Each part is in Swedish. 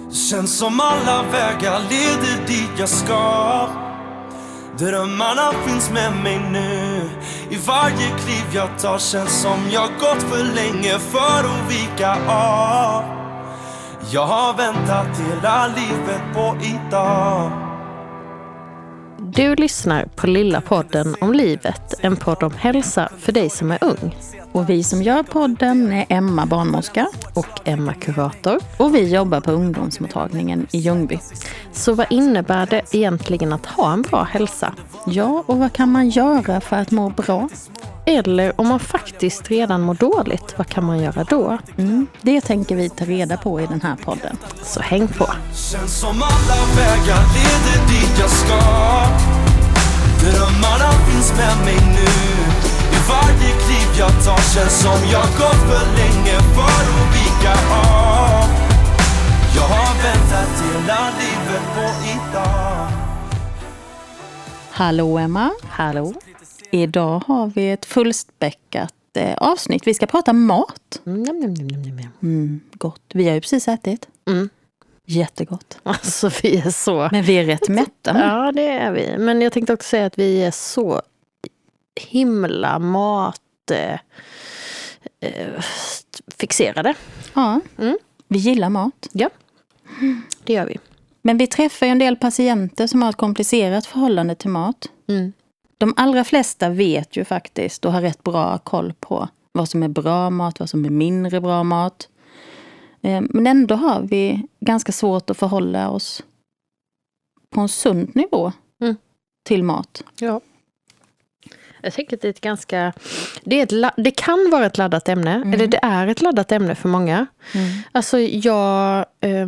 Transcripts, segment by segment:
Känns som alla vägar leder dit jag ska. Drömmarna finns med mig nu. I varje kliv jag tar känns som jag gått för länge för att vika av. Jag har väntat hela livet på idag. Du lyssnar på Lilla podden om livet, en podd om hälsa för dig som är ung. Och vi som gör podden är Emma, barnmorska, och Emma, kurator. Och vi jobbar på ungdomsmottagningen i Ljungby. Så vad innebär det egentligen att ha en bra hälsa? Ja, och vad kan man göra för att må bra? Eller om man faktiskt redan mår dåligt, vad kan man göra då? Det tänker vi ta reda på i den här podden. Så häng på! Känns som alla vägar leder dit jag ska. Drömmarna finns med mig nu. I varje kliv jag tar känns som jag gått för länge för att vika av. Jag har väntat hela livet på idag. Hallå Emma. Hallå. Idag har vi ett fullspäckat avsnitt. Vi ska prata mat. Gott. Vi har ju precis ätit. Jättegott. Alltså vi är så... Men vi är rätt mätta. Ja, det är vi. Men jag tänkte också säga att vi är så himla fixerade. Ja, vi gillar mat. Ja, det gör vi. Men vi träffar ju en del patienter som har ett komplicerat förhållande till mat. De allra flesta vet ju faktiskt och har rätt bra koll på vad som är bra mat, vad som är mindre bra mat. Men ändå har vi ganska svårt att förhålla oss på en sund nivå till mat. Ja. Jag tänker att det är ett ganska... Det kan vara ett laddat ämne, eller det är ett laddat ämne för många. Alltså jag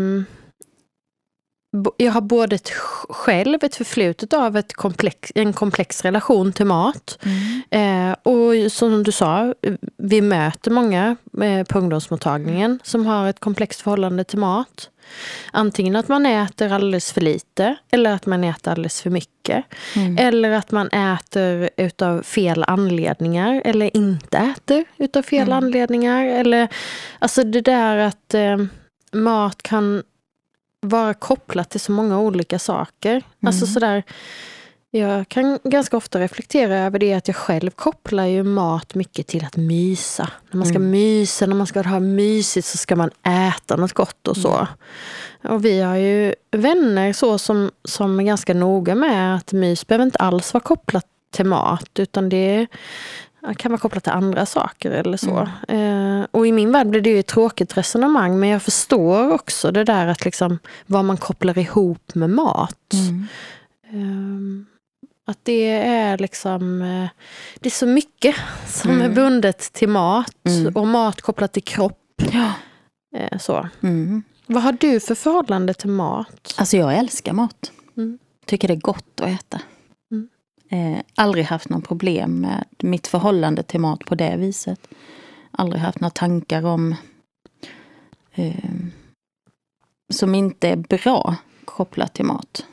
har både själv ett förflutet av en komplex relation till mat. Och som du sa, vi möter många på ungdomsmottagningen som har ett komplext förhållande till mat. Antingen att man äter alldeles för lite eller att man äter alldeles för mycket. Eller att man äter utav fel anledningar eller inte äter utav fel anledningar. Eller, alltså det där att mat kan vara kopplat till så många olika saker. Alltså sådär, jag kan ganska ofta reflektera över det att jag själv kopplar ju mat mycket till att mysa. När man ska mysa, när man ska ha mysigt så ska man äta något gott och så. Och vi har ju vänner så som är ganska noga med att mys behöver inte alls vara kopplat till mat utan det kan vara kopplat till andra saker eller så. Och i min värld blir det ju ett tråkigt resonemang men jag förstår också det där att liksom vad man kopplar ihop med mat. Att det är liksom det är så mycket som är bundet till mat och mat kopplat till kropp. Ja. Så. Vad har du för förhållande till mat? Alltså jag älskar mat. Tycker det är gott att äta. Aldrig haft någon problem med mitt förhållande till mat på det viset. Aldrig haft några tankar om som inte är bra kopplat till mat.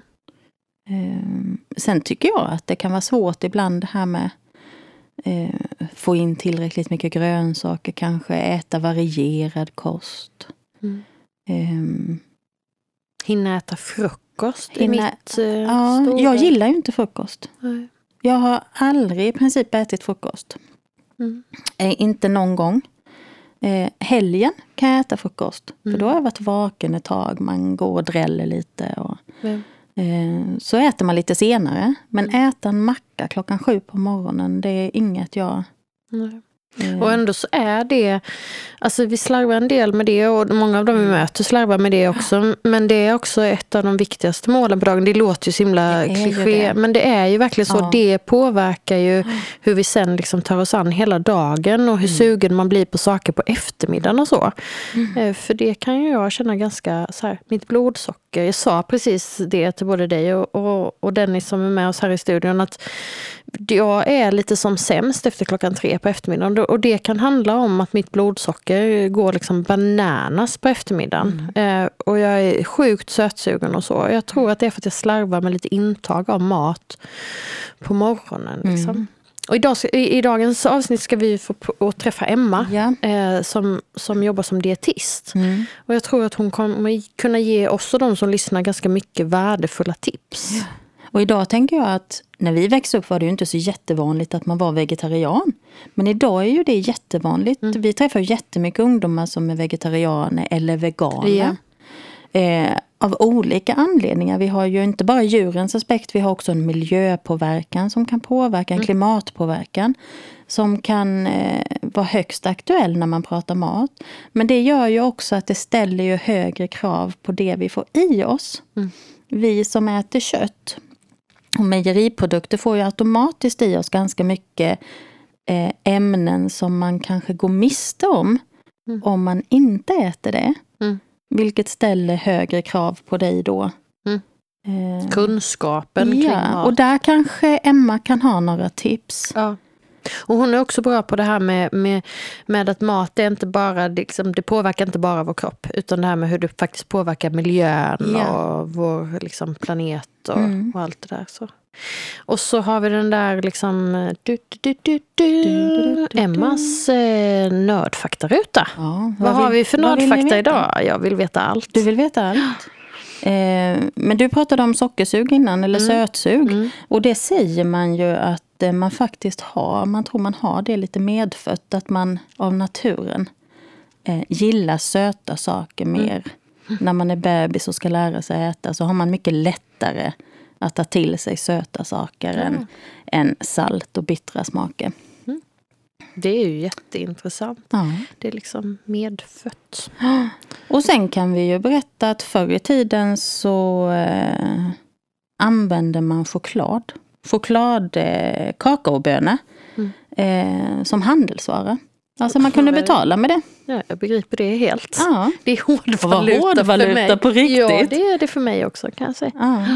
Sen tycker jag att det kan vara svårt ibland det här med få in tillräckligt mycket grönsaker, kanske äta varierad kost. Hinna äta frukost jag gillar ju inte frukost. Nej. Jag har aldrig i princip ätit frukost. Inte någon gång. Helgen kan jag äta frukost. För då har jag varit vaken ett tag. Man går och dräller lite. Och, så äter man lite senare. Men äta en macka 7:00 på morgonen, det är inget jag... Nej. Och ändå så är det, alltså vi slarvar en del med det och många av dem vi möter slarvar med det också, men det är också ett av de viktigaste målen på dagen. Det låter ju så himla kliché, men det är ju verkligen så, det påverkar ju hur vi sen liksom tar oss an hela dagen och hur sugen man blir på saker på eftermiddagen och så. För det kan ju jag känna ganska så här, mitt blodsocker, jag sa precis det till både dig och Dennis som är med oss här i studion, att jag är lite som sämst efter 3:00 på eftermiddagen. Och det kan handla om att mitt blodsocker går liksom bananas på eftermiddagen. Och jag är sjukt sötsugen och så. Jag tror att det är för att jag slarvar med lite intag av mat på morgonen. Liksom. Och i dagens avsnitt ska vi få träffa Emma som jobbar som dietist. Och jag tror att hon kommer kunna ge oss och de som lyssnar ganska mycket värdefulla tips. Ja. Och idag tänker jag att när vi växte upp var det ju inte så jättevanligt att man var vegetarian. Men idag är ju det jättevanligt. Vi träffar ju jättemycket ungdomar som är vegetarianer eller veganer. Av olika anledningar. Vi har ju inte bara djurens aspekt, vi har också en miljöpåverkan som kan påverka, en klimatpåverkan som kan vara högst aktuell när man pratar mat. Men det gör ju också att det ställer ju högre krav på det vi får i oss. Vi som äter kött och mejeriprodukter får ju automatiskt i oss ganska mycket ämnen som man kanske går miste om man inte äter det. Vilket ställer högre krav på dig då. Kunskapen kring mat. Och där kanske Emma kan ha några tips. Ja. Och hon är också bra på det här med att mat är inte bara, liksom, det påverkar inte bara vår kropp, utan det här med hur det faktiskt påverkar miljön och vår liksom, planet och allt det där. Så. Och så har vi den där liksom Emmas nördfaktaruta. Vad har vi för nördfakta idag? Jag vill veta allt. Du vill veta allt? Men du pratade om sockersug innan, eller sötsug. Och det säger man ju att man faktiskt har, man tror man har det lite medfött, att man av naturen gillar söta saker mer. När man är bebis och ska lära sig äta så har man mycket lättare att ta till sig söta saker än salt och bittra smaker. Det är ju jätteintressant. Ja. Det är liksom medfött. Och sen kan vi ju berätta att förr i tiden så använde man kakaobönor som handelsvara. Alltså man kunde betala med det. Ja, jag begriper det helt. Ja. Det är hårdvaluta för mig. På riktigt. Ja, det är det för mig också, kan jag säga. Ja.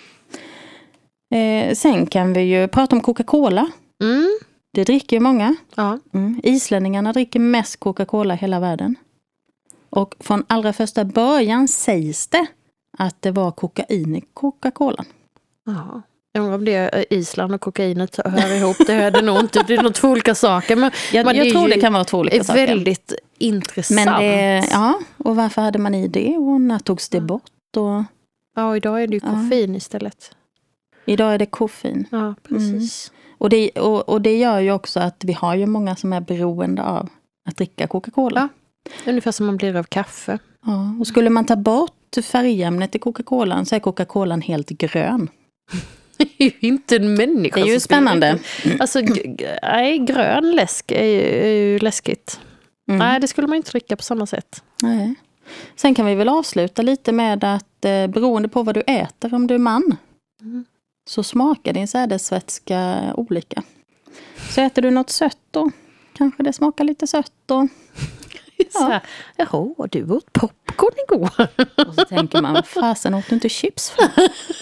Sen kan vi ju prata om Coca-Cola. Det dricker ju många. Ja. Islänningarna dricker mest Coca-Cola i hela världen. Och från allra första början sägs det att det var kokain i Coca-Colan. Ja. Jag undrar om det Island och kokainet hör ihop. Det är det nog inte. Det är nog två olika saker. Men jag tror det kan vara två olika saker. Det är väldigt intressant. Men och varför hade man i det? Och när togs det bort? Ja, idag är det ju koffein istället. Idag är det koffein. Ja, precis. Och det gör ju också att vi har ju många som är beroende av att dricka Coca-Cola. Ja, ungefär som man blir av kaffe. Ja, och skulle man ta bort färgämnet i Coca-Colan så är Coca-Colan helt grön. Det är ju inte en människa. Det är ju spännande. Alltså, grön läsk är ju läskigt. Nej, det skulle man inte dricka på samma sätt. Nej. Sen kan vi väl avsluta lite med att beroende på vad du äter, om du är man, så smakar din sädesvätska olika. Så äter du något sött då, kanske det smakar lite sött då. Ja. Jaha, du åt popcorn igår. Och så tänker man, fasen åt du inte chips för?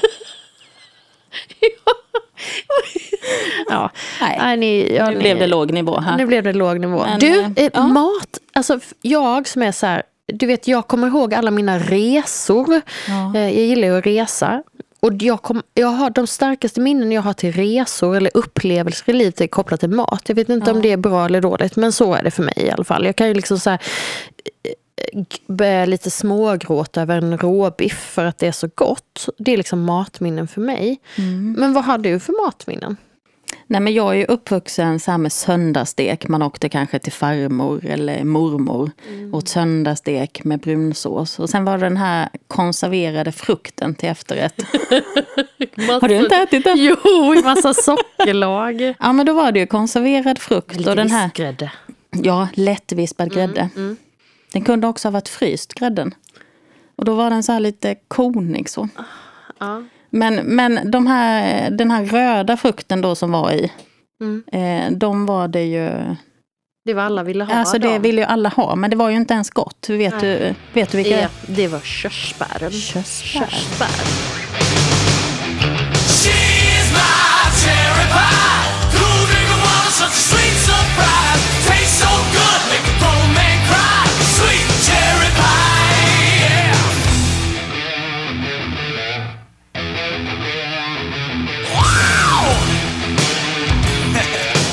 Ja. Nej, nu blev det låg nivå här. Nu blev det låg nivå. Men, mat, alltså jag som är så här, du vet, jag kommer ihåg alla mina resor. Jag gillar ju att resa. Och jag har de starkaste minnen jag har till resor eller upplevelser i livet är kopplat till mat. Jag vet inte om det är bra eller dåligt, men så är det för mig i alla fall. Jag kan ju liksom så här börja lite smågråta över en råbiff för att det är så gott. Det är liksom matminnen för mig. Men vad har du för matminnen? Nej, men jag är ju uppvuxen så här med söndagsstek. Man åkte kanske till farmor eller mormor åt söndagsstek med brunsås. Och sen var det den här konserverade frukten till efterrätt. Har du inte ätit den? Jo, i massa sockerlag. Ja, men då var det ju konserverad frukt. Lite och den här vispgrädde. Ja, lättvispad grädde. Den kunde också ha varit fryst, grädden. Och då var den så här lite konig så. Ja. Men den här röda frukten då som var i, de var det ju... Det var alla ville ha. Alltså det ville ju alla ha, men det var ju inte ens gott. Vet du vilka? Det var körsbären. Körsbär. She's my cherry pie. Cool drink of water, such a sweet surprise. Tastes so good, make a grown man cry. Sweet cherry pie, yeah. Wow!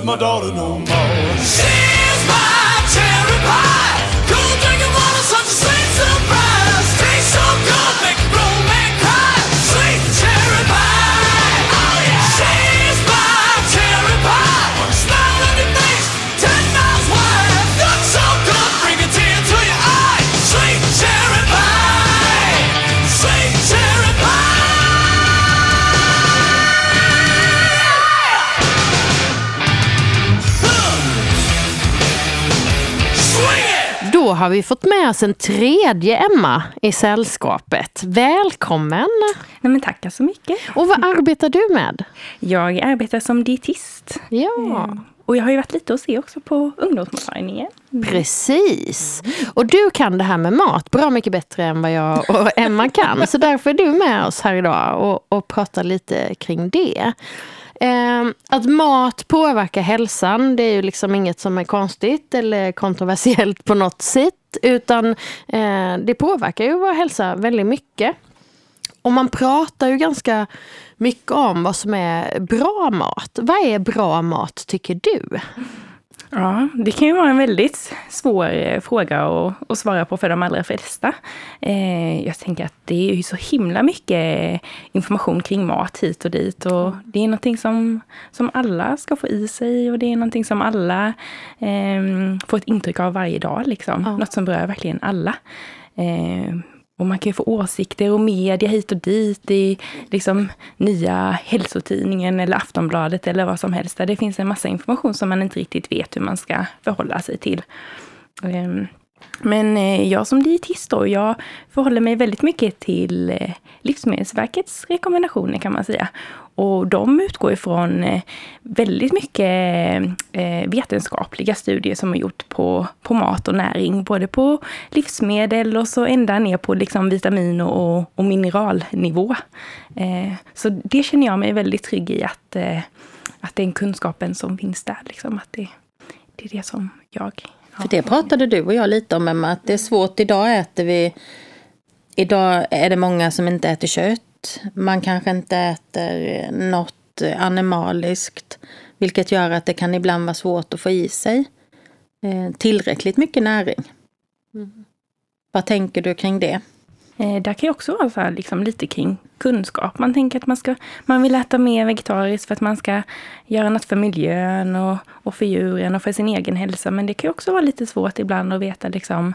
my daughter no more. She's my cherry pie, cool drinking water, such a sweet surprise. Tastes so good, make a grown man cry. Sweet cherry pie, oh yeah. She's my cherry pie, smile on your face, 10 miles wide. Looks so good, bring a tear to your eye. Sweet cherry pie, sweet cherry pie. Då har vi fått med oss en tredje Emma i sällskapet. Välkommen! Nej, men tackar så mycket. Och vad arbetar du med? Jag arbetar som dietist. Ja. Och jag har ju varit lite och se också på ungdomsmottagningen. Precis. Och du kan det här med mat bra mycket bättre än vad jag och Emma kan. Så därför är du med oss här idag och pratar lite kring det. Att mat påverkar hälsan, det är ju liksom inget som är konstigt eller kontroversiellt på något sätt, utan det påverkar ju vår hälsa väldigt mycket. Och man pratar ju ganska mycket om vad som är bra mat. Vad är bra mat, tycker du? Ja, det kan ju vara en väldigt svår fråga att svara på för de allra flesta. Jag tänker att det är ju så himla mycket information kring mat hit och dit. Och det är någonting som alla ska få i sig. Och det är någonting som alla får ett intryck av varje dag. Liksom. Ja. Något som berör verkligen alla. Och man kan ju få åsikter och media hit och dit i liksom nya hälsotidningen eller Aftonbladet eller vad som helst. Där det finns en massa information som man inte riktigt vet hur man ska förhålla sig till. Men jag som dietist då, jag förhåller mig väldigt mycket till Livsmedelsverkets rekommendationer kan man säga. Och de utgår ifrån väldigt mycket vetenskapliga studier som är gjort på mat och näring. Både på livsmedel och så ända ner på liksom vitamin- och mineralnivå. Så det känner jag mig väldigt trygg i att den kunskapen som finns där, liksom, att det är det som jag... För det pratade du och jag lite om, Emma, att det är svårt. Idag är det många som inte äter kött. Man kanske inte äter något animaliskt, vilket gör att det kan ibland vara svårt att få i sig tillräckligt mycket näring. Vad tänker du kring det? Där kan ju också vara så här, liksom, lite kring kunskap. Man tänker att man vill äta mer vegetariskt för att man ska göra något för miljön och för djuren och för sin egen hälsa. Men det kan ju också vara lite svårt ibland att veta liksom,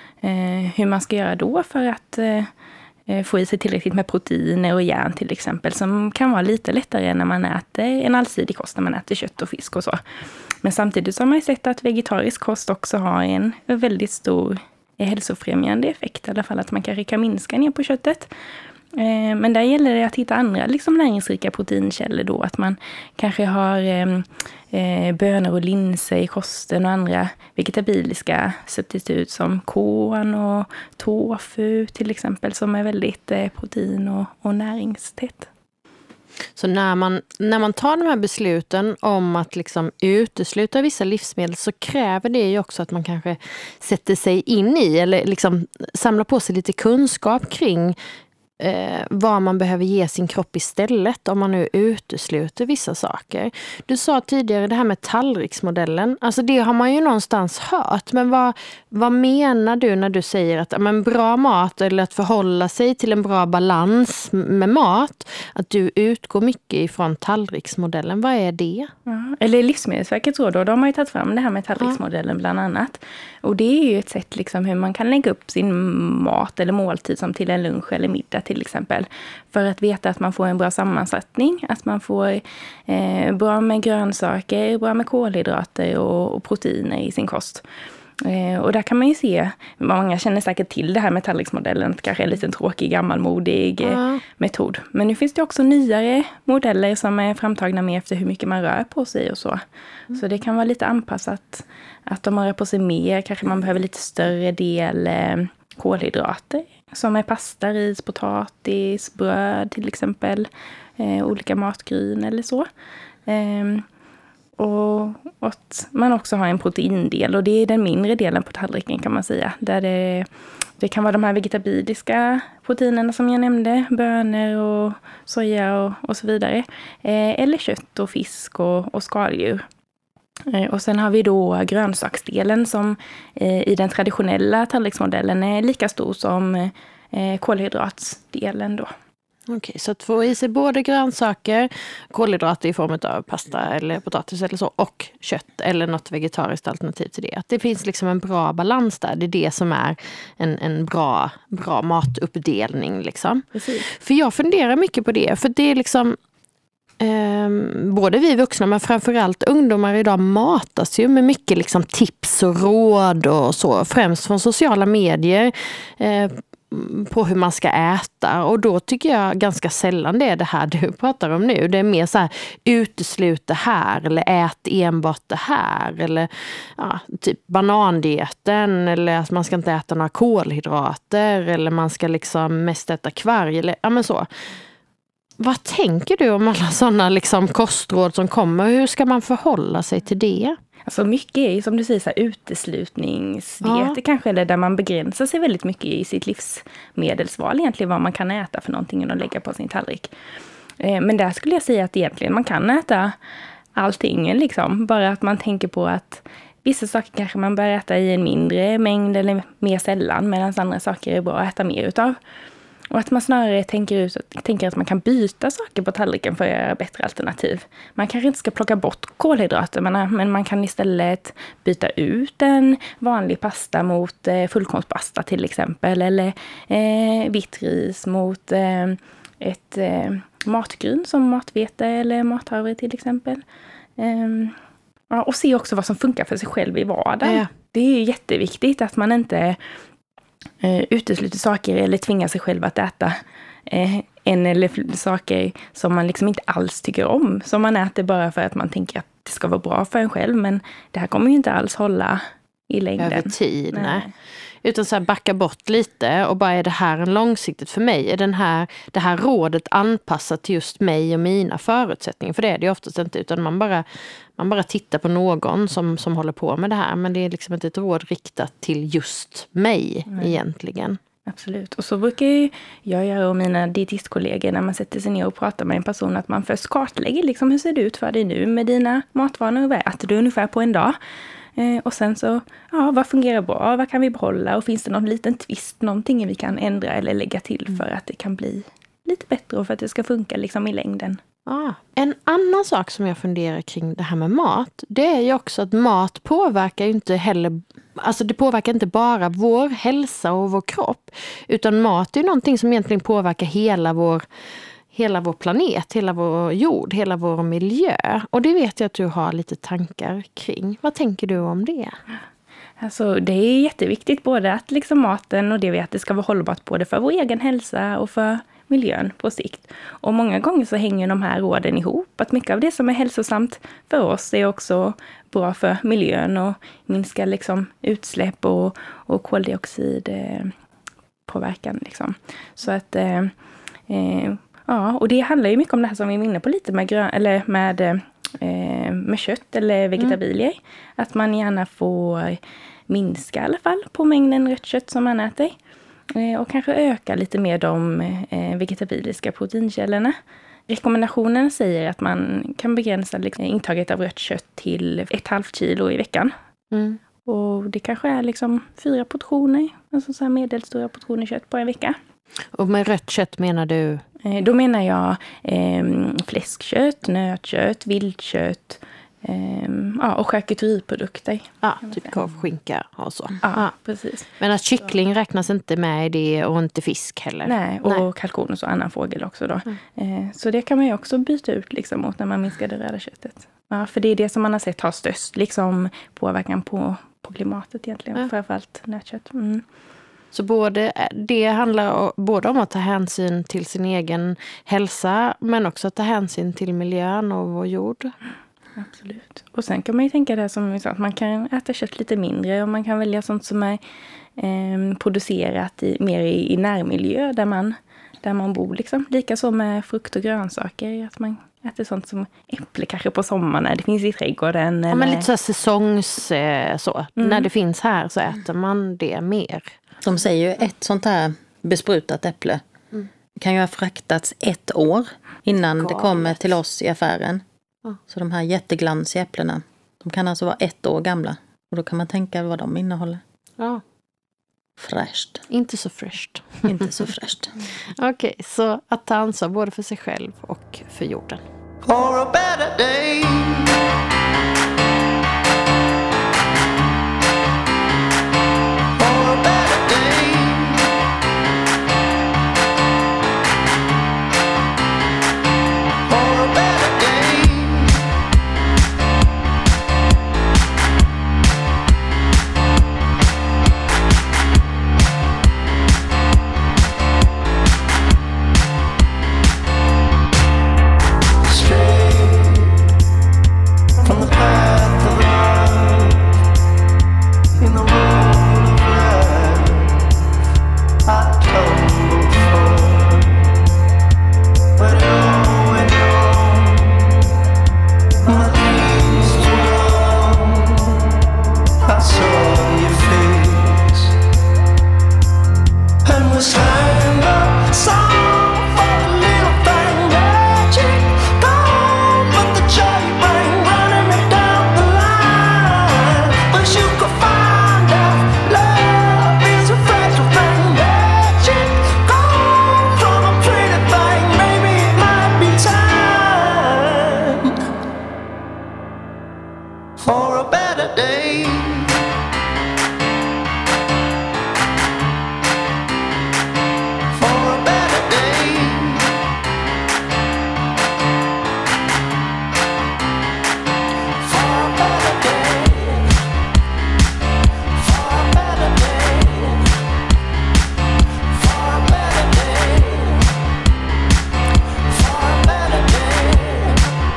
hur man ska göra då för att få i sig tillräckligt med proteiner och järn till exempel. Som kan vara lite lättare när man äter en allsidig kost, när man äter kött och fisk och så. Men samtidigt så har man ju sett att vegetarisk kost också har en väldigt stor hälsofrämjande effekt, i alla fall att man kanske kan minska ner på köttet. Men där gäller det att hitta andra liksom näringsrika proteinkällor då, att man kanske har bönor och linser i kosten och andra vegetabiliska substitut som korn och tofu till exempel, som är väldigt protein- och näringstätt. Så när man tar de här besluten om att liksom utesluta vissa livsmedel, så kräver det ju också att man kanske sätter sig in i eller liksom samlar på sig lite kunskap kring vad man behöver ge sin kropp istället om man nu utesluter vissa saker. Du sa tidigare det här med tallriksmodellen. Alltså det har man ju någonstans hört. Men vad menar du när du säger att bra mat eller att förhålla sig till en bra balans med mat, att du utgår mycket ifrån tallriksmodellen? Vad är det? Ja, eller Livsmedelsverkets råd, då har man ju tagit fram det här med tallriksmodellen bland annat. Och det är ju ett sätt liksom hur man kan lägga upp sin mat eller måltid som till en lunch eller middag till exempel. För att veta att man får en bra sammansättning, att man får bra med grönsaker, bra med kolhydrater och proteiner i sin kost. Och där kan man ju se, många känner säkert till det här med tallriksmodellen, att kanske är en liten tråkig, gammalmodig metod. Men nu finns det också nyare modeller som är framtagna med efter hur mycket man rör på sig och så. Så det kan vara lite anpassat, att om man rör på sig mer kanske man behöver lite större del kolhydrater. Som är pasta, ris, potatis, bröd till exempel. Olika matgryn eller så. Och att man också har en proteindel. Och det är den mindre delen på tallriken kan man säga. Där det kan vara de här vegetabiliska proteinerna som jag nämnde. Bönor och soja och så vidare. Eller kött och fisk och skaldjur. Och sen har vi då grönsaksdelen som i den traditionella tallriksmodellen är lika stor som kolhydratsdelen då. Okej, så att få i sig både grönsaker, kolhydrater i form av pasta eller potatis eller så, och kött eller något vegetariskt alternativ till det. Att det finns liksom en bra balans där. Det är det som är en bra matuppdelning liksom. Precis. För jag funderar mycket på det, för det är liksom både vi vuxna men framförallt ungdomar idag matas ju med mycket liksom tips och råd och så, främst från sociala medier på hur man ska äta, och då tycker jag ganska sällan det är det här du pratar om nu. Det är mer så här, uteslut det här eller ät enbart det här, eller typ banandieten, eller att man ska inte äta några kolhydrater, eller man ska liksom mest äta kvarg eller men så. Vad tänker du om alla sådana liksom kostråd som kommer? Hur ska man förhålla sig till det? Alltså mycket är ju som du säger så här, uteslutningsdieter kanske, eller där man begränsar sig väldigt mycket i sitt livsmedelsval egentligen, vad man kan äta för någonting och lägga på sin tallrik. Men där skulle jag säga att egentligen man kan äta allting liksom, bara att man tänker på att vissa saker kanske man bör äta i en mindre mängd eller mer sällan, medan andra saker är bra att äta mer utav. Och att man snarare tänker att man kan byta saker på tallriken för att göra bättre alternativ. Man kanske inte ska plocka bort kolhydrater, men man kan istället byta ut en vanlig pasta mot fullkornspasta till exempel. Eller vitt ris mot ett matgryn som matvete eller mathavre till exempel. Och se också vad som funkar för sig själv i vardagen. Ja. Det är jätteviktigt att man inte utesluter saker eller tvingar sig själv att äta en eller saker som man liksom inte alls tycker om. Som man äter bara för att man tänker att det ska vara bra för en själv. Men det här kommer ju inte alls hålla i längden. Över tid, nej. Utan så här backa bort lite och bara, är det här en långsiktigt för mig? Är det här rådet anpassat till just mig och mina förutsättningar? För det är det ju oftast inte, utan man bara tittar på någon som håller på med det här. Men det är liksom inte ett råd riktat till just mig egentligen. Absolut. Och så brukar jag göra och mina dietistkollegor när man sätter sig ner och pratar med en person, att man först kartlägger liksom, hur ser det ut för dig nu med dina matvanor, vad äter du ungefär på en dag? Och sen så, vad fungerar bra, vad kan vi behålla, och finns det någon liten twist, någonting vi kan ändra eller lägga till för att det kan bli lite bättre och för att det ska funka liksom i längden. En annan sak som jag funderar kring det här med mat, det är ju också att mat påverkar ju inte heller, alltså det påverkar inte bara vår hälsa och vår kropp, utan mat är ju någonting som egentligen påverkar hela vår planet, hela vår jord, hela vår miljö. Och det vet jag att du har lite tankar kring. Vad tänker du om det? Alltså det är jätteviktigt både att liksom maten och det vi äter ska vara hållbart både för vår egen hälsa och för miljön på sikt. Och många gånger så hänger de här råden ihop. Att mycket av det som är hälsosamt för oss är också bra för miljön och minskar liksom utsläpp och koldioxidpåverkan. Liksom. Så att och det handlar ju mycket om det här som vi är inne på lite med kött eller vegetabilier. Att man gärna får minska i alla fall på mängden rött kött som man äter. Och kanske öka lite mer de vegetabiliska proteinkällorna. Rekommendationen säger att man kan begränsa liksom intaget av rött kött till 1,5 kilo i veckan. Och det kanske är liksom 4 portioner, alltså så här medelstora portioner kött på en vecka. Och med rött kött menar du? Då menar jag fläskkött, nötkött, viltkött och charkuteriprodukter. Typ korv, skinka och så. Ja, precis. Men att kyckling räknas inte med i det och inte fisk heller? Nej, och kalkon och så, annan fågel också då. Så det kan man ju också byta ut liksom mot när man minskar det röda köttet. Ja, för det är det som man har sett har störst liksom påverkan på klimatet egentligen, framförallt nötkött. Så det handlar både om att ta hänsyn till sin egen hälsa, men också att ta hänsyn till miljön och vår jord. Absolut. Och sen kan man ju tänka det som vi sa, att man kan äta kött lite mindre och man kan välja sånt som är producerat mer i närmiljö där man bor. Liksom. Likaså med frukt och grönsaker, att man äter sånt som äpple kanske på sommaren när det finns i trädgården. Ja, men lite så säsongs så. När det finns här så äter man det mer. De säger ju ett sånt här besprutat äpple kan ju ha fraktats 1 år innan det kommer till oss i affären. Så de här jätteglansiga äpplena. De kan alltså vara 1 år gamla. Och då kan man tänka vad de innehåller. Ja. Fräscht. Inte så fräscht. Inte så fräscht. Okej, så att ta ansvar både för sig själv och för jorden. For a better day. For a better day. For a better day. From the path of love, in the road of life, I tumbled forward. But when my leaves were long, I saw your face, and we sang a song for the little thing that you gone, but the joy you bring running me down the line. Wish you could find out love is a fragile thing that you gone from a pretty thing. Maybe it might be time for a better day. For a better day. For a better day. For a better day. For a better day. For a better day.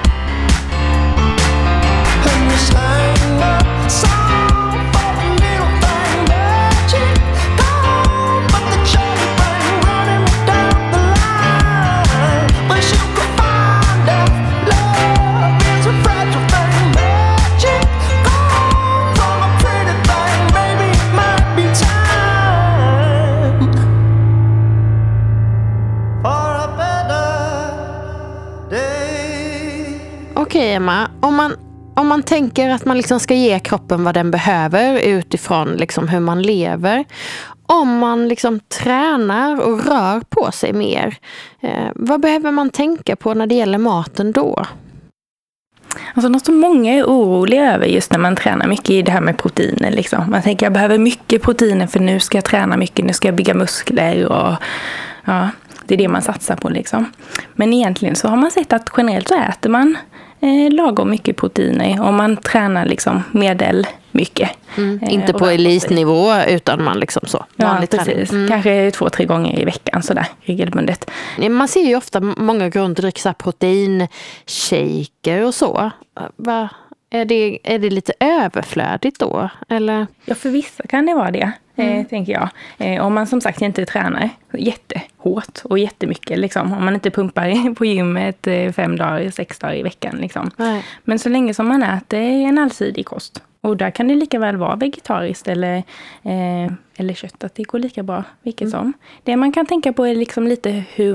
And we sang a song for the little thing that you gone, but the joy you bring running me down the line. Wish you could find out love is a fragile thing that you gone from a pretty thing. Maybe it might be time for a better day. Okej, Emma, om man tänker att man liksom ska ge kroppen vad den behöver utifrån liksom hur man lever. Om man liksom tränar och rör på sig mer, vad behöver man tänka på när det gäller maten då? Alltså något som många är oroliga över just när man tränar mycket i det här med proteiner. Liksom. Man tänker jag behöver mycket proteiner för nu ska jag träna mycket, nu ska jag bygga muskler och ja, det är det man satsar på liksom. Men egentligen så har man sett att generellt så äter man lagom mycket proteiner om man tränar liksom medel mycket. Inte på elitnivå utan man liksom så. Ja, precis. Kanske 2-3 gånger i veckan sådär regelbundet. Man ser ju ofta många gå runt och dricka proteinshaker och så. Är det lite överflödigt då? Eller? Ja, för vissa kan det vara det, tänker jag. Om man som sagt inte tränar jättehårt och jättemycket. Liksom. Om man inte pumpar på gymmet 5 dagar, 6 dagar i veckan. Liksom. Men så länge som man äter en allsidig kost. Och där kan det lika väl vara vegetariskt eller kött. Att det går lika bra, vilket som. Det man kan tänka på är liksom lite hur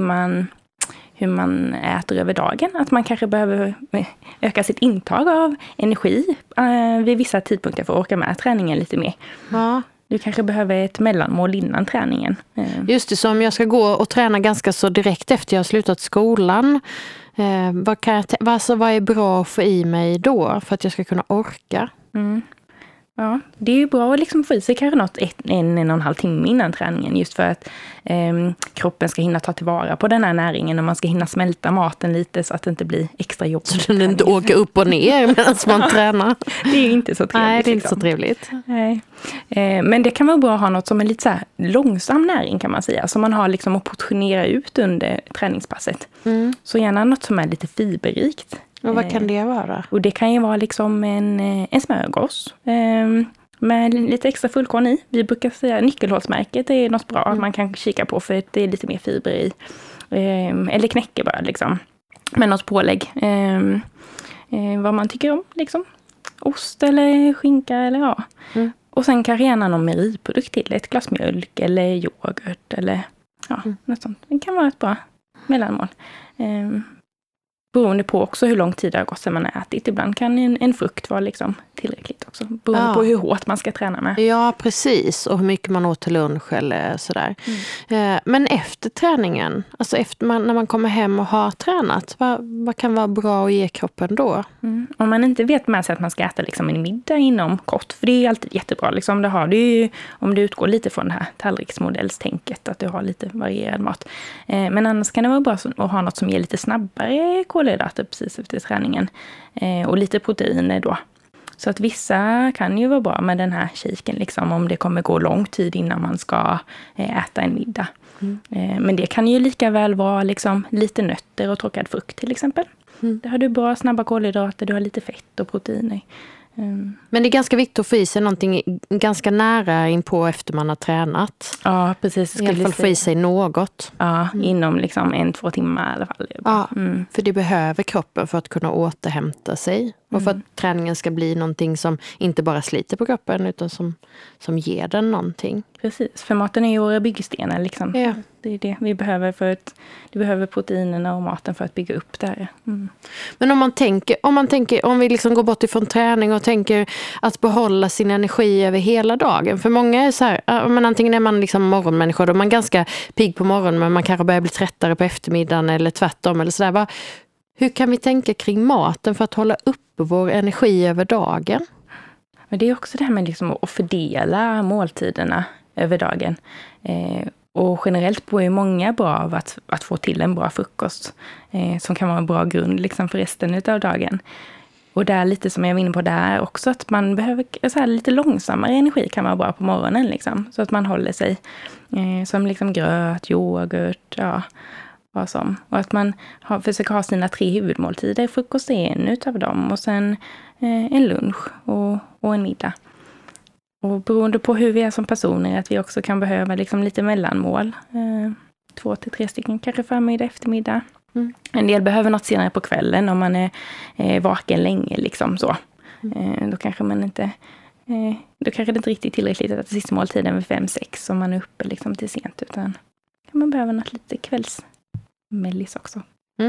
man äter över dagen. Att man kanske behöver öka sitt intag av energi vid vissa tidpunkter för att orka med träningen lite mer. Ja. Du kanske behöver ett mellanmål innan träningen. Just det, som jag ska gå och träna ganska så direkt efter jag har slutat skolan. Vad är bra att få i mig då för att jag ska kunna orka? Ja, det är ju bra att liksom få i sig kanske något 1,5 timme innan träningen. Just för att kroppen ska hinna ta tillvara på den här näringen och man ska hinna smälta maten lite så att det inte blir extra jobbigt. Så den inte åker upp och ner medan man tränar. Det är ju inte så trevligt. Nej, det är inte så trevligt. Nej. Men det kan vara bra att ha något som är lite så här långsam näring kan man säga. Som man har liksom att portionera ut under träningspasset. Så gärna något som är lite fiberrikt. Och vad kan det vara? Och det kan ju vara liksom en smörgås med lite extra fullkorn i. Vi brukar säga nyckelhålsmärket är något bra att man kan kika på för det är lite mer fiber i. Eller knäckebröd liksom. Med något pålägg. Vad man tycker om liksom. Ost eller skinka eller ja. Och sen kanske gärna någon mejeriprodukt till. Ett glas mjölk eller yoghurt eller något sånt. Det kan vara ett bra mellanmål. beroende på också hur lång tid det har gått sedan man har ätit. Ibland kan en frukt vara liksom tillräckligt också. Beroende på hur hårt man ska träna med. Ja, precis. Och hur mycket man åt till lunch eller sådär. Men efter träningen, alltså när man kommer hem och har tränat, vad kan vara bra att ge kroppen då? Om man inte vet med sig att man ska äta liksom en middag inom kort, för det är alltid jättebra. Liksom, det har du ju, om du utgår lite från det här tallriksmodellstänket, att du har lite varierad mat. Men annars kan det vara bra att ha något som ger lite snabbare kolhydrater precis efter träningen. Och lite proteiner då. Så att vissa kan ju vara bra med den här shaken, liksom, om det kommer gå lång tid innan man ska äta en middag. Men det kan ju lika väl vara liksom lite nötter och torkad frukt till exempel. Där har du bra snabba kolhydrater, du har lite fett och proteiner. Men det är ganska viktigt att få i sig någonting ganska nära in på efter man har tränat. Ja, precis. I alla fall få i sig något. Ja, inom liksom 1-2 timmar i alla fall. Ja, för det behöver kroppen för att kunna återhämta sig. Och för att träningen ska bli någonting som inte bara sliter på kroppen utan som ger den någonting. Precis, för maten är ju våra byggstenar liksom. Ja. Det är det vi behöver du behöver proteinerna och maten för att bygga upp det här. Men om vi liksom går bort ifrån träning och tänker att behålla sin energi över hela dagen. För många är så här, men antingen är man liksom morgonmänniska, då är man ganska pigg på morgonen, men man kanske börjar bli tröttare på eftermiddagen eller tvärtom eller sådär. Hur kan vi tänka kring maten för att hålla upp vår energi över dagen? Men det är också det här med liksom att fördela måltiderna över dagen. Och generellt är många bra av att få till en bra frukost som kan vara en bra grund liksom för resten av dagen. Och där lite som jag var inne på där också, att man behöver så här, lite långsammare energi kan vara bra på morgonen liksom, så att man håller sig som liksom gröt, yoghurt, ja, vad som. Och att man försöker ha sina 3 huvudmåltider. Frukost är en utav dem och sen en lunch och en middag. Och beroende på hur vi är som personer, att vi också kan behöva liksom lite mellanmål. 2 till 3 stycken, kanske förmiddag, eftermiddag. En del behöver något senare på kvällen om man är vaken länge. Liksom så. Då kanske man inte... Då kanske det inte riktigt tillräckligt att sista måltiden vid 5-6 om man är uppe liksom till sent. Utan kan man behöva något lite kvällsmellis också.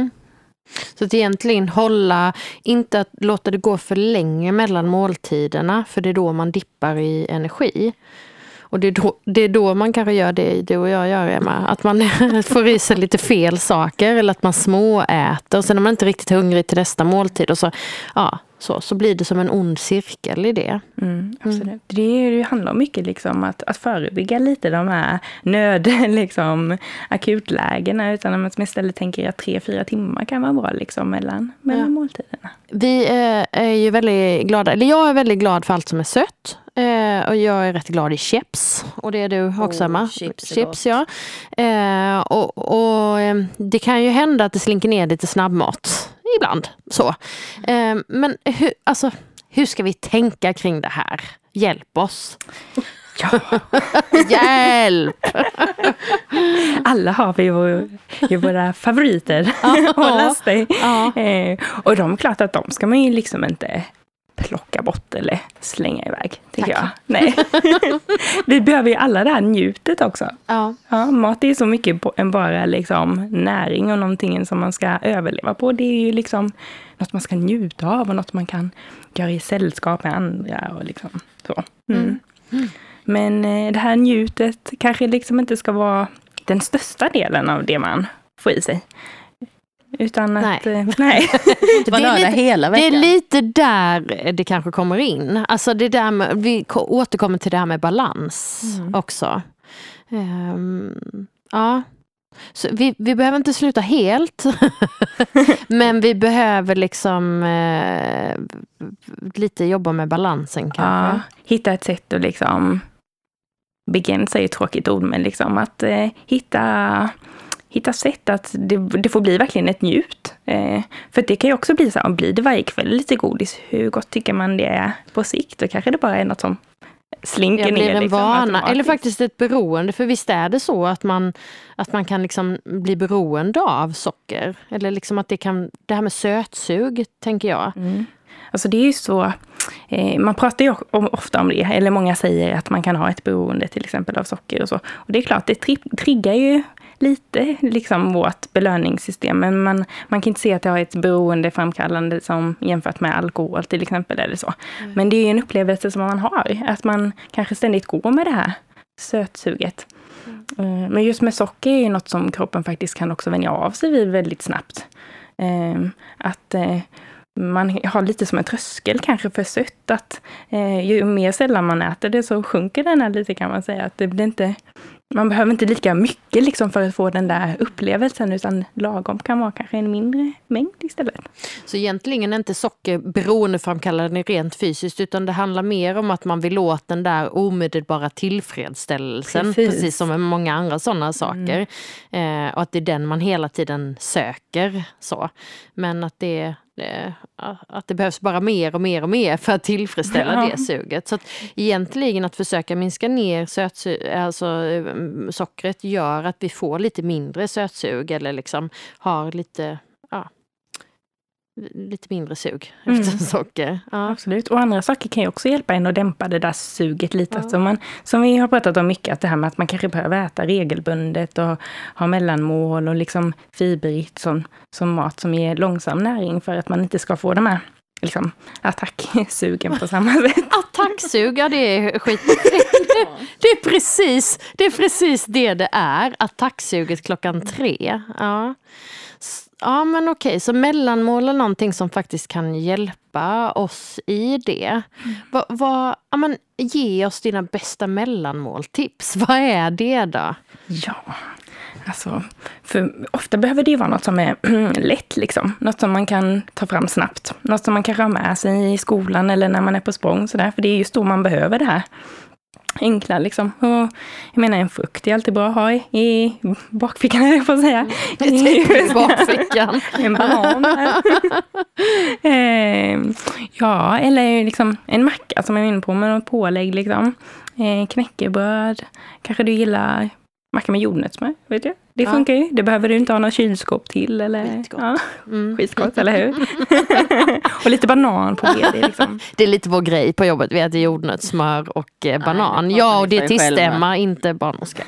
Så att egentligen inte att låta det gå för länge mellan måltiderna, för det är då man dippar i energi. Och det är då man kanske gör det du och jag gör, Emma. Att man får i sig lite fel saker eller att man småäter och sen är man inte riktigt hungrig till nästa måltid och så blir det som en ond cirkel i det. Absolut. Det handlar om mycket liksom att förebygga lite de här liksom, akutlägena, utan att man istället tänker att 3-4 timmar kan vara bra liksom, mellan måltiderna. Vi är ju väldigt glada, eller jag är väldigt glad för allt som är sött. Och jag är rätt glad i chips. Och det är du också, Emma. Chips, ja. Och det kan ju hända att det slinker ner lite snabbmat ibland. Så. Men hur ska vi tänka kring det här? Hjälp oss. Ja. Hjälp! Alla har vi ju våra favoriter. Hålla sig. Och de är klart att de ska man ju liksom inte plocka bort eller slänga iväg, tycker jag. Nej. Vi behöver ju alla det här njutet också. Ja, mat är så mycket än bara liksom näring och någonting som man ska överleva på. Det är ju liksom något man ska njuta av och något man kan göra i sällskap med andra och liksom så. Men det här njutet kanske liksom inte ska vara den största delen av det man får i sig. Utan att... Nej. Det är lite där det kanske kommer in. Alltså det där med, vi återkommer till det här med balans också. Ja. Så vi behöver inte sluta helt. Men vi behöver liksom lite jobba med balansen kanske. Ja, hitta ett sätt att liksom... Begränsa är ett tråkigt ord, men liksom att hitta sätt att det får bli verkligen ett njut. För det kan ju också bli så här, blir det varje kväll lite godis, hur gott tycker man det är på sikt? Då kanske det bara är något som slinker ner. Blir en vana, eller faktiskt ett beroende. För visst är det så att man kan liksom bli beroende av socker. Eller liksom att det här med sötsug, tänker jag. Alltså det är ju så, man pratar ju ofta om det, eller många säger att man kan ha ett beroende till exempel av socker och så. Och det är klart, det triggar ju lite liksom vårt belöningssystem, men man kan inte se att det har ett beroendeframkallande som jämfört med alkohol till exempel eller så. Men det är ju en upplevelse som man har, att man kanske ständigt går med det här sötsuget. Men just med socker är ju något som kroppen faktiskt kan också vänja av sig vid väldigt snabbt. Att man har lite som en tröskel kanske för sött, att ju mer sällan man äter det så sjunker den här lite, kan man säga. Att det blir inte, man behöver inte lika mycket liksom för att få den där upplevelsen, utan lagom kan vara kanske en mindre mängd istället. Så egentligen är inte socker beroendeframkallande rent fysiskt, utan det handlar mer om att man vill åt den där omedelbara tillfredsställelsen, precis som med många andra sådana saker. Och att det är den man hela tiden söker. Så. Men att det behövs bara mer och mer och mer för att tillfredsställa det suget. Så att egentligen att försöka minska ner sockret gör att vi får lite mindre sötsug, eller liksom har lite mindre sug efter socker. Ja. Absolut. Och andra saker kan ju också hjälpa en att dämpa det där suget lite. Ja. Alltså som vi har pratat om mycket, att det här med att man kanske behöver äta regelbundet och ha mellanmål och liksom fiberigt som mat som ger långsam näring, för att man inte ska få de här liksom attacksugen på samma sätt. Attacksug, ja, det är skit. Det är precis det är. Attacksuget 3:00. Ja. Ja, men okej. Så mellanmål är någonting som faktiskt kan hjälpa oss i det. Ge oss dina bästa mellanmåltips. Vad är det då? Ja, alltså, för ofta behöver det ju vara något som är lätt liksom. Något som man kan ta fram snabbt. Något som man kanske har med sig i skolan eller när man är på språng. Sådär. För det är just då man behöver det här enkla liksom. Och jag menar, en frukt är alltid bra att ha i bakfickan, jag får säga. I bakfickan. En banan. Ja, eller liksom en macka som jag är inne på med något pålägg liksom. Knäckebröd. Kanske du gillar macka med jordnötssmör, vet du? Det funkar ju. Det behöver du inte ha något kylskåp till. Eller, skitgott, eller hur? Och lite banan på det. Liksom. Det är lite vår grej på jobbet. Vi äter jordnötssmör och banan. Ja, och det är tillstämma, inte barnmorska.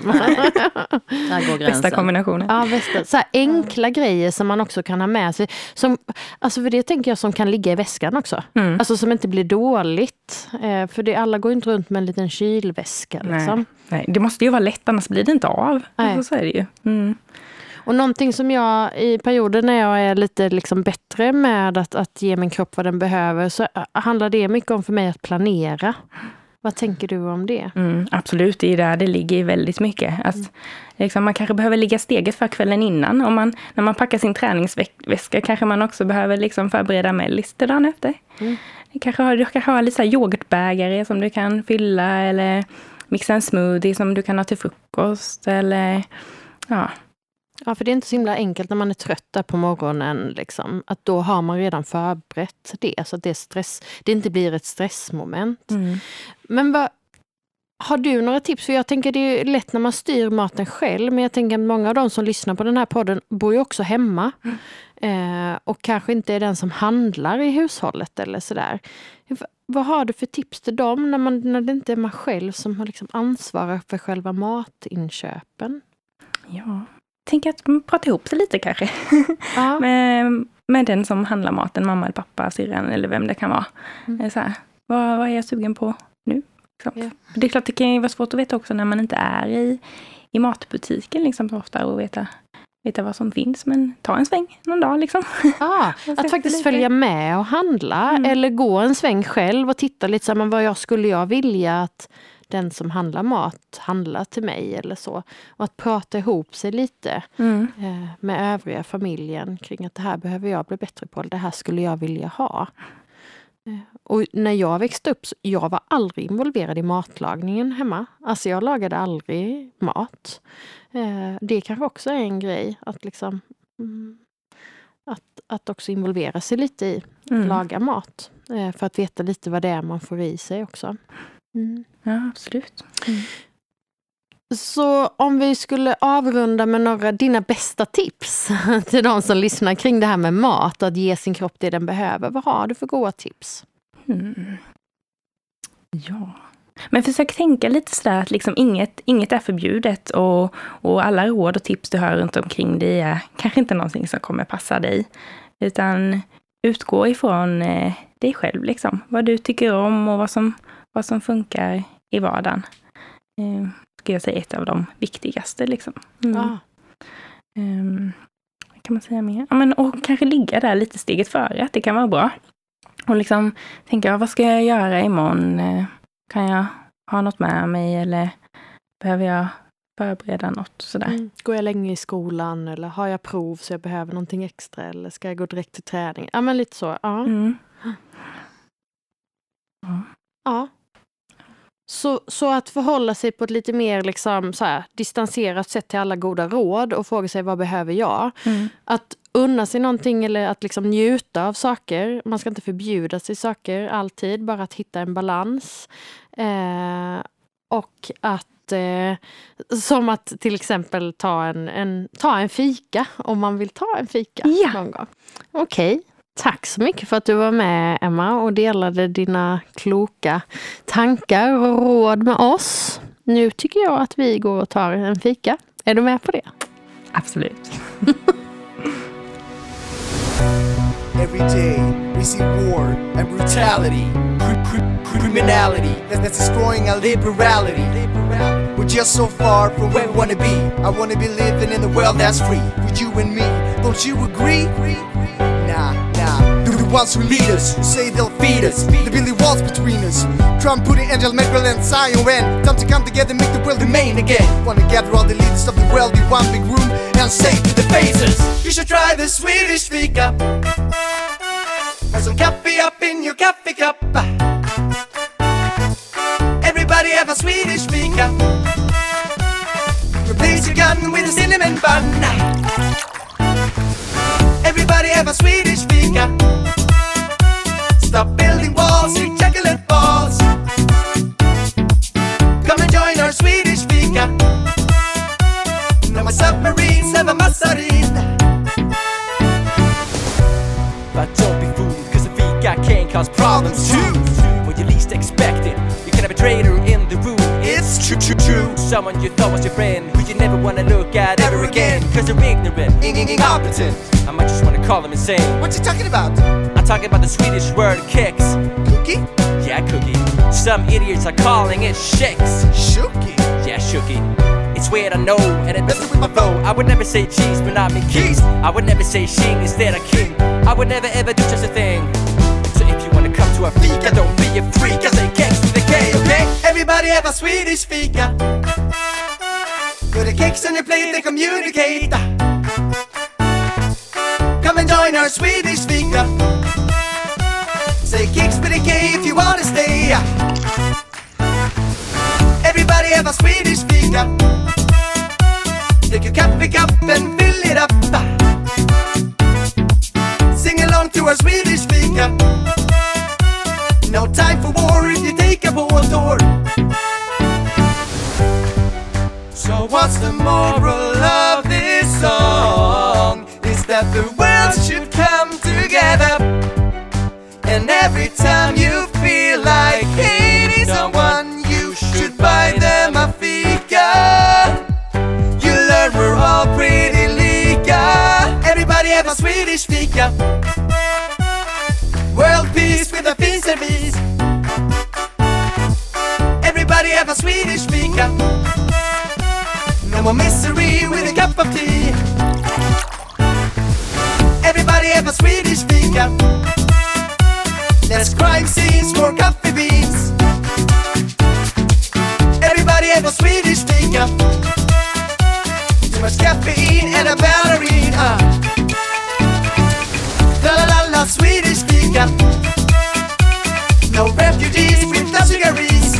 Bästa kombinationen. Ja, bästa. Så här enkla grejer som man också kan ha med sig. Alltså för det tänker jag som kan ligga i väskan också. Alltså som inte blir dåligt. För alla går inte runt med en liten kylväska. Liksom. Nej, det måste ju vara lätt, annars blir det inte av. Alltså, så är det ju. Och någonting som jag i perioder när jag är lite liksom bättre med att ge min kropp vad den behöver, så handlar det mycket om för mig att planera. Vad tänker du om det? Absolut, det är där det ligger väldigt mycket. Att, liksom, man kanske behöver ligga steget för kvällen innan. När man packar sin träningsväska kanske man också behöver liksom förbereda mellis till dagen efter. Du kanske har lite så här yoghurtbägare som du kan fylla, eller mixa en smoothie som du kan ha till frukost, eller Ja, för det är inte så himla enkelt när man är trött där på morgonen. Liksom, att då har man redan förberett det. Så att det inte blir ett stressmoment. Men har du några tips? För jag tänker det är lätt när man styr maten själv. Men jag tänker att många av de som lyssnar på den här podden bor ju också hemma. Och kanske inte är den som handlar i hushållet eller sådär. Vad har du för tips till dem när det inte är man själv som har liksom ansvarar för själva matinköpen? Ja, tänk att prata ihop sig lite kanske. Ja. med den som handlar maten, mamma eller pappa, syrran eller vem det kan vara. Så här, vad är jag sugen på nu? Ja. Det är klart det kan ju vara svårt att veta också när man inte är i matbutiken liksom, så ofta, och veta vad som finns, men ta en sväng någon dag liksom. Att faktiskt följa med och handla eller gå en sväng själv och titta lite så här, men vad skulle jag vilja att den som handlar mat handlar till mig eller så. Och att prata ihop sig lite med övriga familjen kring att det här behöver jag bli bättre på, eller det här skulle jag vilja ha. Och när jag växte upp, jag var aldrig involverad i matlagningen hemma. Alltså jag lagade aldrig mat. Det kanske också är en grej att liksom att också involvera sig lite i att laga mat. För att veta lite vad det är man får i sig också. Ja, absolut. Så om vi skulle avrunda med några dina bästa tips till de som lyssnar kring det här med mat, att ge sin kropp det den behöver. Vad har du för goda tips? Ja. Men försök tänka lite sådär att liksom inget är förbjudet och alla råd och tips du hör runt omkring det är kanske inte någonting som kommer passa dig. Utan utgå ifrån dig själv liksom. Vad du tycker om och vad som funkar i vardagen. Ska jag säga ett av de viktigaste liksom. Kan man säga mer? Ja, men, och kanske ligga där lite steget före, att det kan vara bra. Och liksom tänka, vad ska jag göra imorgon? Kan jag ha något med mig eller behöver jag förbereda något sådär? Går jag länge i skolan eller har jag prov så jag behöver någonting extra eller ska jag gå direkt till träning? Ja, men lite så. Ja. Ja. Så att förhålla sig på ett lite mer liksom, så här, distanserat sätt till alla goda råd och fråga sig vad behöver jag? Att unna sig någonting eller att liksom njuta av saker. Man ska inte förbjuda sig saker alltid, bara att hitta en balans. Och att som att till exempel ta en fika om man vill ta en fika någon gång. Okej. Tack så mycket för att du var med, Emma, och delade dina kloka tankar och råd med oss. Nu tycker jag att vi går och tar en fika. Är du med på det? Absolut. Every day we see war and brutality, criminality that's destroying our liberality. We're just so far from where we wanna be. I wanna be living in the world that's free for you and me. Don't you agree? Nah. They're the ones who lead us, who say they'll feed us. They're building walls between us. Trump putting Angela Merkel and Zion when time to come together, make the world remain again. Wanna gather all the leaders of the world in one big room and say to the faces, you should try the Swedish fika. Have some coffee up in your coffee cup. Everybody have a Swedish fika. Replace your gun with a cinnamon bun. Everybody have a Swedish fika. Stop building walls and chocolate balls. Come and join our Swedish fika. Now my submarines have a massarin. But don't be fooled, cause a fika can cause problems too. When you least expect it, you can have a traitor in the room. It's true. Someone you thought was your friend, who you never wanna look at ever again. Cause they're ignorant, incompetent. I might just wanna call them insane. What you talking about? I'm talking about the Swedish word kicks. Cookie? Yeah, cookie. Some idiots are calling it shakes. Shooky? Yeah, shooky. It's weird, I know, and it messes with my flow. I would never say cheese, but not me keys. I would never say shing instead of king. I would never ever do such a thing. So if you wanna come to a fika, don't be a freak. I say kicks with a K, okay? Everybody have a Swedish fika. Put the cakes on your plate, they communicate. Come and join our Swedish fika. Say kicks with a K if you wanna stay. Everybody have a Swedish fika. Take your coffee cup and fill it up. Sing along to our Swedish fika. No time for war if you take a båtår. So what's the moral of this song? Is that the world should come together. And every time you feel like hating someone, you should buy them a fika. You learn we're all pretty lika. Everybody have a Swedish fika. World peace with a fin service. Everybody have a Swedish fika. No more misery with a cup of tea. Everybody have a Swedish fika. Less crime scenes, more coffee beans. Everybody have a Swedish fika. Too much caffeine and a ballerina. La la la la, Swedish fika. No refugees with the cigarettes.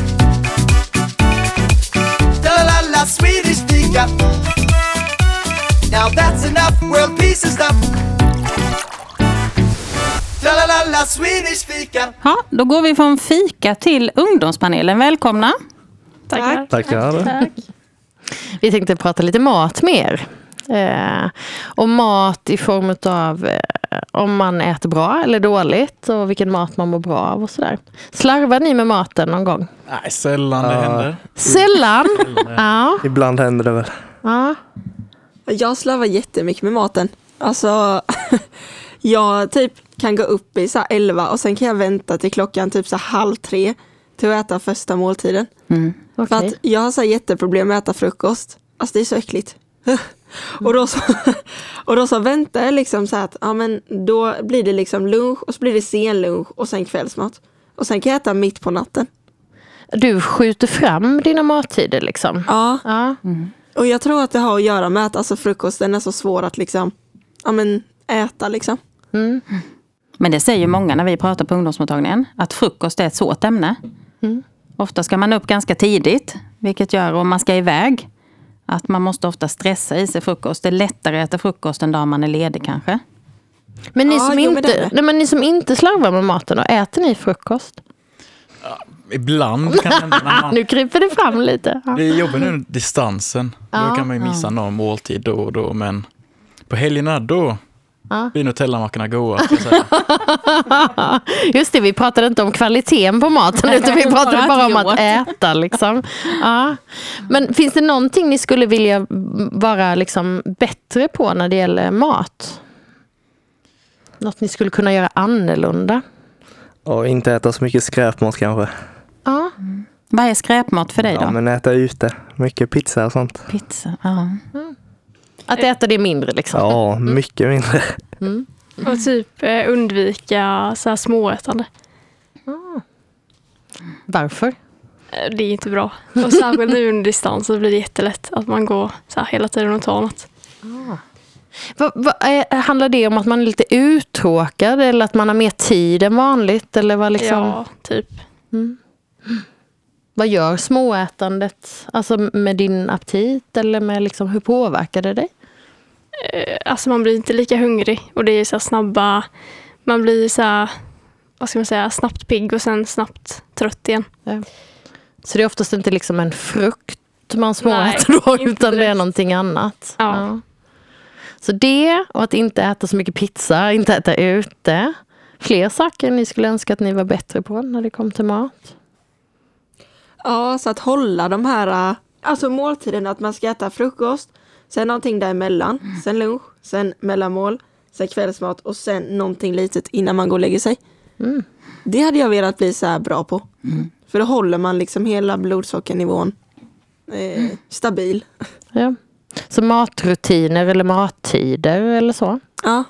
La la la la, Swedish fika. Now that's enough, world peace and stuff. La la la la, Swedish fika. Ja, då går vi från fika till ungdomspanelen. Välkomna. Tackar. Vi tänkte prata lite mat mer. Och mat i form av om man äter bra eller dåligt och vilken mat man mår bra av och sådär. Slarvar ni med maten någon gång? Nej, sällan det händer. Sällan? Ja. Ibland händer det väl. Ja. Jag slarvar jättemycket med maten. Alltså, jag typ kan gå upp i så här 11 och sen kan jag vänta till klockan typ så här 2:30 till att äta första måltiden. Okay. För att jag har så här jätteproblem med att äta frukost. Alltså det är så äckligt. Och då så väntar jag liksom så här att ja, men då blir det liksom lunch och så blir det sen lunch och sen kvällsmat. Och sen kan jag äta mitt på natten. Du skjuter fram dina mattider liksom? Ja. Mm. Och jag tror att det har att göra med att alltså, frukosten är så svår att liksom, ja, men, äta liksom. Mm. Men det säger många när vi pratar på ungdomsmottagningen, att frukost är ett svårt ämne. Ofta ska man upp ganska tidigt, vilket gör om man ska iväg att man måste ofta stressa i sig frukost. Det är lättare att äta frukost en dag man är ledig kanske. Men ni som inte slarvar med maten, och äter ni frukost? Ja, ibland kan det hända. Nu kryper det fram lite. Ja. Det är jobbigt nu distansen. Då kan man ju missa någon måltid då och då. Men på helgerna då blir Nutella-mackorna goda. Just det, vi pratade inte om kvaliteten på maten utan vi pratade bara om att äta. Liksom. Ja. Men finns det någonting ni skulle vilja vara liksom bättre på när det gäller mat? Något ni skulle kunna göra annorlunda? Och inte äta så mycket skräpmat kanske. Ja. Vad är skräpmat för dig då? Ja, men äta ute. Mycket pizza och sånt. Pizza, ja. Att äta det mindre liksom? Ja, mycket mindre. Och typ undvika så här småätande. Varför? Det är inte bra. Och särskilt nu under distans så blir det jättelätt att man går så här hela tiden och tar något. Handlar det om att man är lite uttråkad eller att man har mer tid än vanligt? Eller vad liksom? Ja, typ. Vad gör småätandet? Alltså med din aptit eller med liksom, hur påverkar det dig? Alltså man blir inte lika hungrig och det är så här snabba, man blir så här, vad ska man säga, snabbt pigg och sen snabbt trött igen. Ja. Så det är oftast inte liksom en frukt man småäter då, utan det är någonting annat. Ja. Så det, och att inte äta så mycket pizza, inte äta ute. Fler saker ni skulle önska att ni var bättre på när det kom till mat? Ja, så att hålla de här alltså måltiden, att man ska äta frukost, sen någonting däremellan, sen lunch, sen mellanmål, sen kvällsmat och sen någonting litet innan man går och lägger sig. Det hade jag velat bli så här bra på. För då håller man liksom hela blodsockernivån stabil. Ja. Så matrutiner eller mattider eller så? Ja.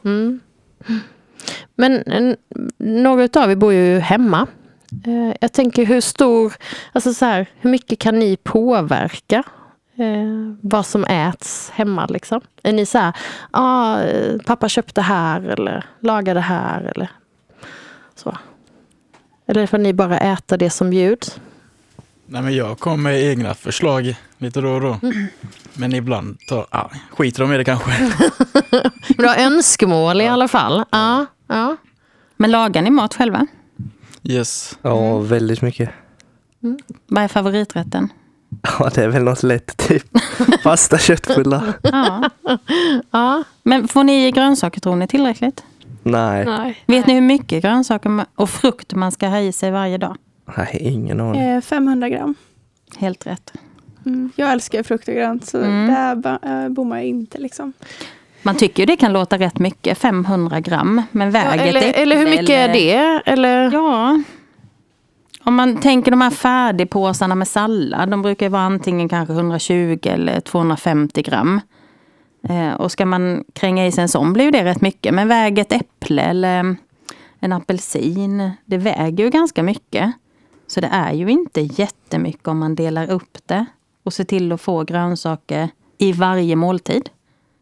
Men några av er bor ju hemma. Jag tänker hur stor, alltså så här, hur mycket kan ni påverka vad som äts hemma liksom? Är ni så här, pappa köpte här eller lagade här eller så? Eller får ni bara äta det som bjuds? Nej, men jag kommer med egna förslag lite då och då. Men ibland skiter de i det kanske. Men du har önskemål i alla fall. Ja. Men lagar ni mat själva? Yes. Ja, väldigt mycket. Vad är favoriträtten? Ja, det är väl något lätt, typ pasta, köttbullar. Ja. Men får ni i grönsaker, tror ni, tillräckligt? Nej. Vet ni hur mycket grönsaker och frukt man ska ha i sig varje dag? Nej, ingen aning. 500 gram. Helt rätt. Jag älskar frukt och grönt, så där bommar jag inte liksom. Man tycker ju det kan låta rätt mycket, 500 gram. Men väget eller hur mycket är det? Eller? Ja. Om man tänker de här färdigpåsarna med sallad, de brukar vara antingen kanske 120 eller 250 gram. Och ska man kränga i sig en sån blir det rätt mycket. Men väger ett äpple eller en apelsin, det väger ju ganska mycket. Så det är ju inte jättemycket om man delar upp det och ser till att få grönsaker i varje måltid.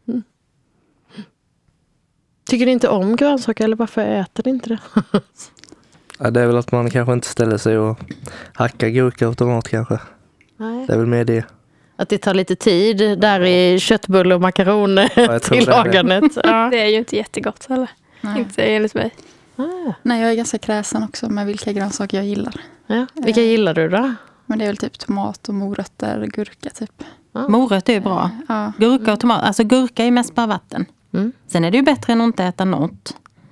Tycker ni inte om grönsaker eller varför äter ni inte det? Ja, det är väl att man kanske inte ställer sig och hackar gurka och tomat kanske. Nej. Det är väl mer det. Att det tar lite tid där i köttbullar och makaroner till lagandet. Ja. Det är ju inte jättegott heller. Inte enligt mig. Nej, jag är ganska kräsen också med vilka grönsaker jag gillar. Ja. Vilka gillar du då? Men det är väl typ tomat och morötter, gurka typ. Morötter är bra. Ja. Gurka och tomat. Alltså gurka är mest bara vatten. Sen är det ju bättre än att inte äta något.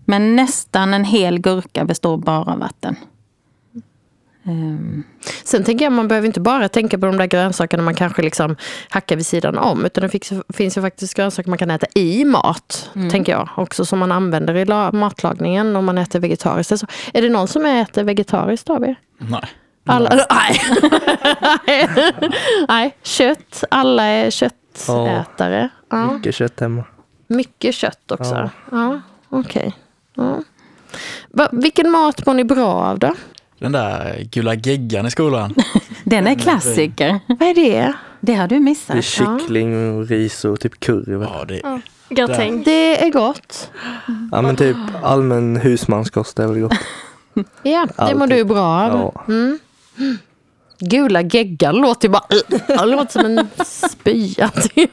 Men nästan en hel gurka består bara av vatten. Sen tänker jag, man behöver inte bara tänka på de där grönsakerna man kanske liksom hackar vid sidan om, utan det finns ju faktiskt grönsaker man kan äta i mat, tänker jag, också som man använder i matlagningen om man äter vegetariskt. Alltså, är det någon som äter vegetariskt av er? Nej. Nej, kött. Alla är köttätare. Ja. Mycket kött hemma. Mycket kött också. Ja, okej. Ja. Vilken mat mår ni bra av då? Den där gula geggan i skolan. Den är klassiker. Vad är det? Det har du missat. Det är kyckling och ris och typ curry. Ja, det är gott. Ja, men typ allmän husmanskost är väl gott. Ja, det mår du bra av. Ja. Gula geggan låter ju bara... Det låter som en spya.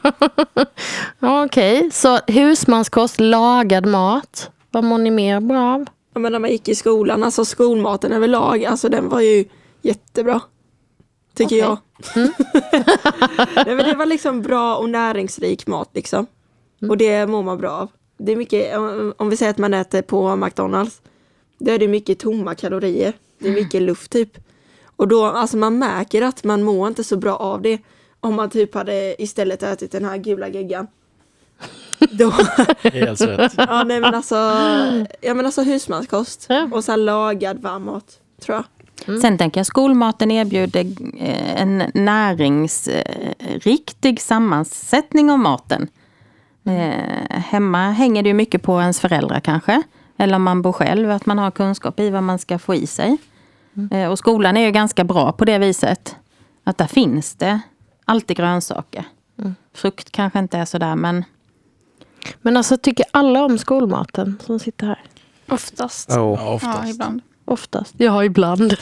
Okej, så husmanskost, lagad mat. Vad mår ni mer bra av? Ja, men när man gick i skolan, alltså skolmaten överlag, alltså den var ju jättebra. Tycker jag. Nej, men det var liksom bra och näringsrik mat liksom. Och det mår man bra av. Det är mycket, om vi säger att man äter på McDonald's, då är det mycket tomma kalorier. Det är mycket luft typ. Och då, alltså man märker att man mår inte så bra av det om man typ hade istället ätit den här gula geggan. Då. Helt rätt. Ja, nej, men alltså husmanskost och så lagad varm mat, tror jag. Sen tänker jag skolmaten erbjuder en näringsriktig sammansättning av maten. Hemma hänger det ju mycket på ens föräldrar kanske. Eller om man bor själv, att man har kunskap i vad man ska få i sig. Och skolan är ju ganska bra på det viset. Att där finns det alltid grönsaker. Frukt kanske inte är sådär, Men alltså, tycker alla om skolmaten som sitter här? Oftast. Ja, oftast. Ja, ibland. Oftast. Ja, ibland.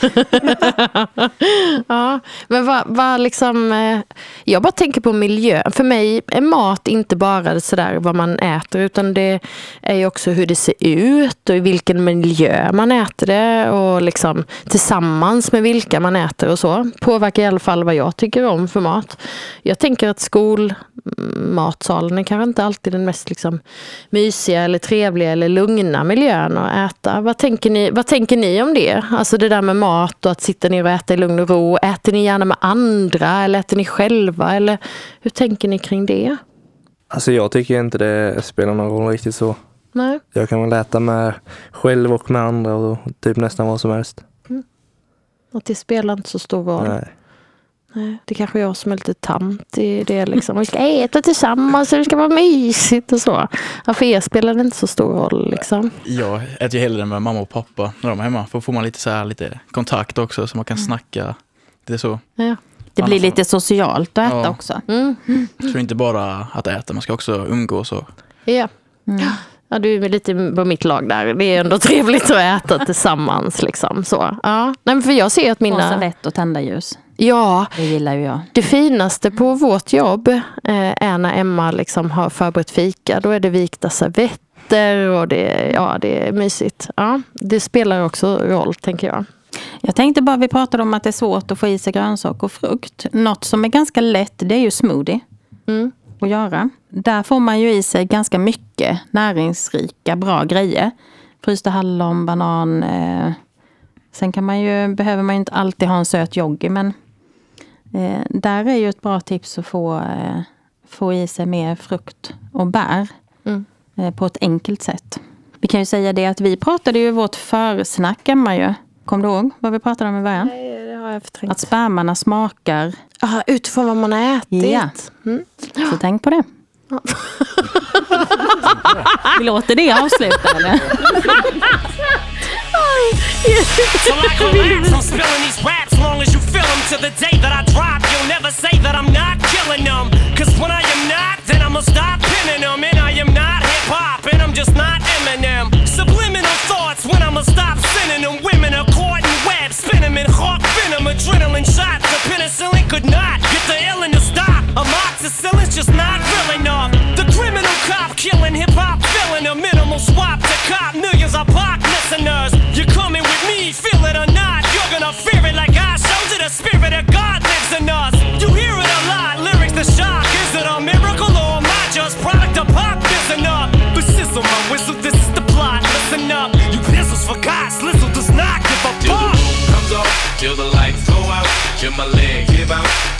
Ja, men vad liksom... Jag bara tänker på miljö. För mig är mat inte bara sådär vad man äter, utan det är ju också hur det ser ut och i vilken miljö man äter det och liksom tillsammans med vilka man äter och så. Påverkar i alla fall vad jag tycker om för mat. Jag tänker att skolmatsalen är kanske inte alltid den mest liksom mysiga eller trevliga eller lugna miljön att äta. Vad tänker ni om det? Alltså det där med mat och att sitta ner och äta i lugn och ro. Äter ni gärna med andra eller äter ni själva? Eller hur tänker ni kring det? Alltså jag tycker inte det spelar någon roll riktigt så. Nej. Jag kan väl äta med själv och med andra och typ nästan vad som helst. Och det spelar inte så stor roll. Nej. Det kanske jag som är lite tant i det liksom. Vi ska äta tillsammans och det ska vara mysigt och så. Ja, för er spelar det inte så stor roll liksom. Jag äter ju hellre med mamma och pappa när de är hemma. För får man lite kontakt också så man kan snacka. Det är så. Ja. Det blir lite socialt att äta också. Så inte bara att äta, man ska också umgås och... Ja. Ja, du är lite på mitt lag där. Det är ändå trevligt att äta tillsammans liksom så. Ja. Nej, men för jag ser att mina... Och servett och tända ljus. Ja, det gillar ju jag. Det finaste på vårt jobb är när Emma liksom har förberett fika. Då är det vikta servetter och det är mysigt. Ja, det spelar också roll, tänker jag. Jag tänkte bara, vi pratade om att det är svårt att få i sig grönsaker och frukt. Något som är ganska lätt, det är ju smoothie att göra. Där får man ju i sig ganska mycket näringsrika, bra grejer. Frysta hallon, banan. Sen behöver man ju inte alltid ha en söt yoghurt, men där är ju ett bra tips att få i sig mer frukt och bär på ett enkelt sätt. Vi kan ju säga det att vi pratade ju vårt försnack, Emma ju. Kom du ihåg vad vi pratade om i början? Nej, det har jag förträngt. Att spermarna smakar... utifrån vad man har ätit. Ja. Så tänk på det. Ja. Vi låter det avsluta, eller? So like relax, I'm spilling these raps long as you feel them. To the day that I drop, you'll never say that I'm not killing them. Cause when I am not, then I'ma stop pinning them. And I am not hip-hop, and I'm just not Eminem. Subliminal thoughts when I'ma stop sending them. Women are caught in webs, spin them in hawk venom. Adrenaline shots, the penicillin could not get the illin to stop. Amoxicillin's just not real enough. The criminal cop killing hip-hop, filling a minimal swap to cop millions of pop listeners. You're coming with me, feel it or not. You're gonna fear it like I showed you the spirit of God.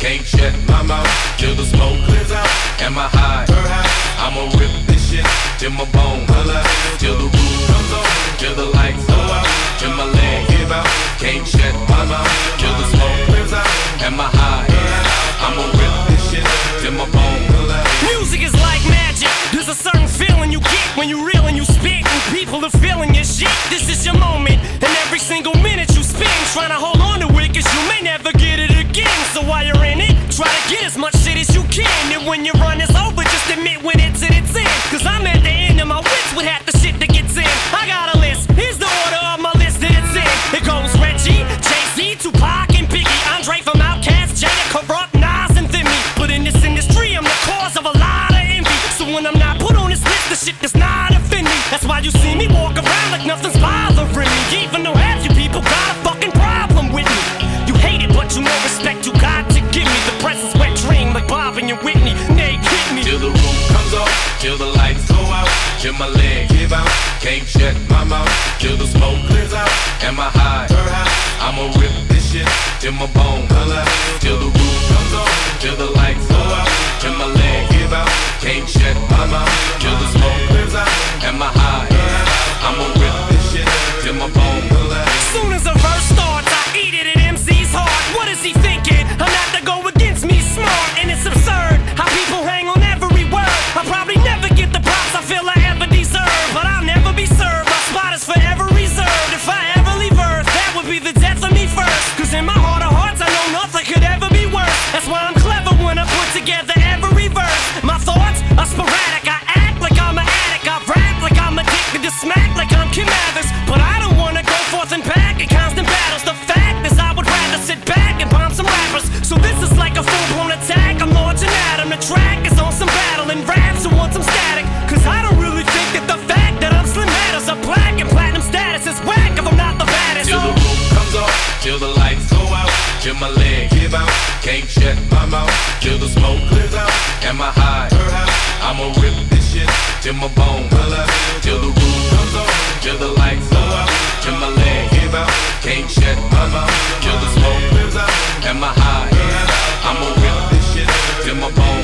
can't shut my mouth till the smoke clears out. Am I high? I'ma rip this shit till my bone till the roof comes on, till the lights go out, till my leg give out. Can't shut my mouth till the smoke clears out. Am I high? I'ma rip this shit till my bone. Music is like magic. There's a certain feeling you get when you reel and you spit, and people are feeling your shit. This is your moment, and every single minute you spend trying to hold on to it, cause you may never get it again. So while you're in it, try to get as much shit as you can. And when your run is over, just admit when it's in its end. Cause I'm at the end of my wits with half the shit that gets in. I got a list, here's the order of my list that it's in. It goes Reggie, Jay-Z, Tupac, and Biggie, Andre from Outkast, Jada, Corrupt, Nas, and Thimmy. But in this industry, I'm the cause of a lot of envy. So when I'm not put on this list, the shit does not offend me. That's why you see me walk around like nothing's bothering me. Even though half you people got a fucking problem with me. You hate it, but you know respect you got to give me. The presence wet dream like Bob and your Whitney. Nay, hit me till the roof comes off, till the lights go out, till my leg give out. Can't shut my mouth till the smoke clears out. Am I high? I'ma rip this shit till my bone till the roof comes off, till the lights go out, till my leg give out. Can't shut my mouth till the smoke clears out. Am I high? I'ma rip this shit till my bone. Soon as a verse starts, I eat it at MC's heart. What is he thinking? I'm not to go against me, smart, and it's absurd how people hang on every word. I'll probably never get the props I feel I ever deserve, but I'll never be served. My spot is forever reserved. If I ever leave Earth, that would be the death of me first. Cause in my heart of hearts, I know nothing could ever be worse. That's why I'm clever when I put together every verse. My thoughts are sporadic. I act like I'm an addict. I rap like I'm addicted to smack like I'm Kim Mathers. But I don't wanna go forth and back in constant battles. The fact is I would rather sit back and bomb some rappers. So this is like a full-blown attack. I'm launching at 'em. The track is on some battle and raps who want some static. Cause I don't really think that the fact that I'm Slim matters. A black and platinum status is whack if I'm not the baddest. Till the roof comes off, till the lights go out, till my leg give out. Can't shut my mouth till the smoke clears out. Am I high? I'ma rip this shit till my bone. Till the roof comes off, till the lights go out, till my leg give out. Can't shut my mouth till the smoke clears out. Am I high? I'ma rip this shit till my bone.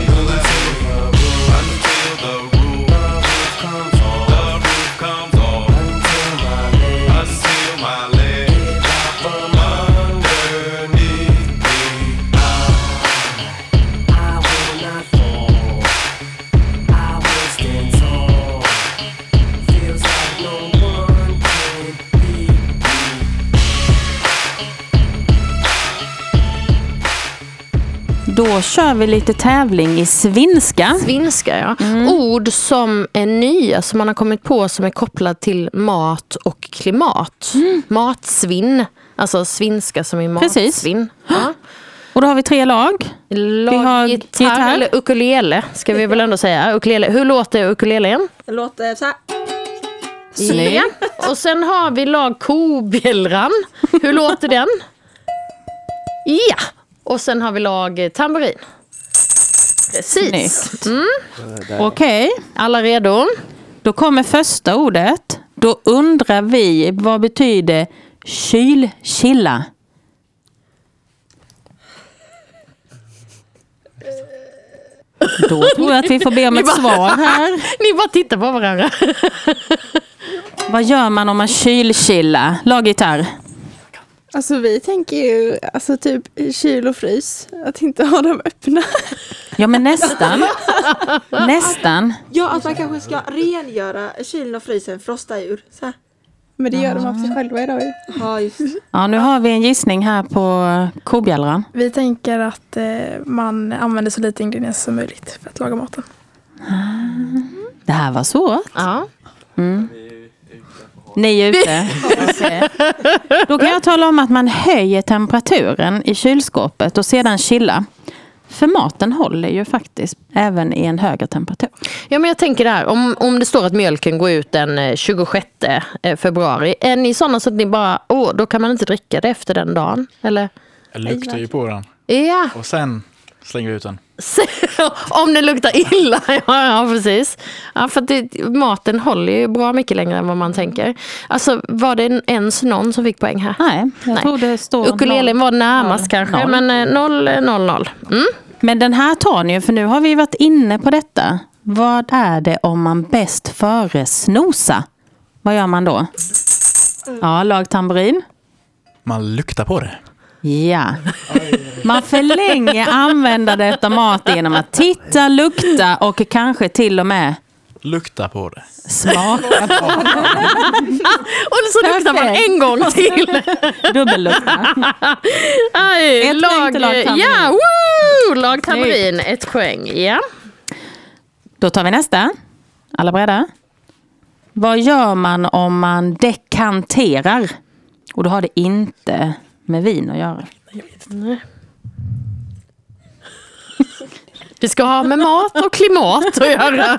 Until the roof comes off, the roof comes off. Until my leg from underneath me. I will not fall. I will stand tall. Feels like no one can beat me. Då kör vi lite tävling i svinska. Svinska, ja. Ord som är nya, som man har kommit på, som är kopplad till mat och klimat. Matsvinn, alltså svinska som är matsvinn. Ja. Och då har vi 3 lag. Vi har gitarr eller ukulele, ska vi väl ändå säga. Ukulele. Hur låter ukulelen? Det låter så här. Ja. Och sen har vi lag kobjällran. Hur låter den? Ja. Och sen har vi lag tamburin. Precis. Okej. Alla redo? Då kommer första ordet. Då undrar vi, vad betyder kylchilla? Då tror jag att vi får be om ett svar här. Ni bara tittar på varandra. Vad gör man om man kylchilla? Laggitarr. Alltså vi tänker ju alltså typ kyl och frys. Att inte ha dem öppna. Ja, men nästan. Nästan. Ja, att man kanske ska rengöra kylen och frysen, frosta ur. Så här. Men det gör de av sig själva idag ju. Ja, just. Ja, nu har vi en gissning här på kobjällran. Vi tänker att man använder så lite ingredienser som möjligt för att laga maten. Det här var svårt. Ja. Ni är ute. Då kan jag tala om att man höjer temperaturen i kylskåpet och sedan chilla. För maten håller ju faktiskt även i en högre temperatur. Ja, men jag tänker där, om det står att mjölken går ut den 26 februari. Är ni sådana så att ni bara, då kan man inte dricka det efter den dagen? Eller? Jag luktar ju på den. Ja. Och sen Slänger vi ut den. Om den luktar illa. Ja, precis. Ja, för att maten håller ju bra mycket längre än vad man tänker. Alltså, var det ens någon som fick poäng här? Nej, jag tror det står ukulelen var närmast kanske, men 0-0-0. Men den här tar ni ju, för nu har vi varit inne på detta. Vad är det om man bäst före snosa? Vad gör man då? Ja, lagtamburin. Man luktar på det. Ja. Man förlänger användandet av mat genom att titta, lukta och kanske till och med lukta på det. Smaka på det. Och så luktar man en gång till. Dubbellukta. Lagtamburin, 1 poäng. Ja. Då tar vi nästa. Alla beredda? Vad gör man om man dekanterar? Och då har det inte med vin att göra. Nej. Det ska ha med mat och klimat att göra.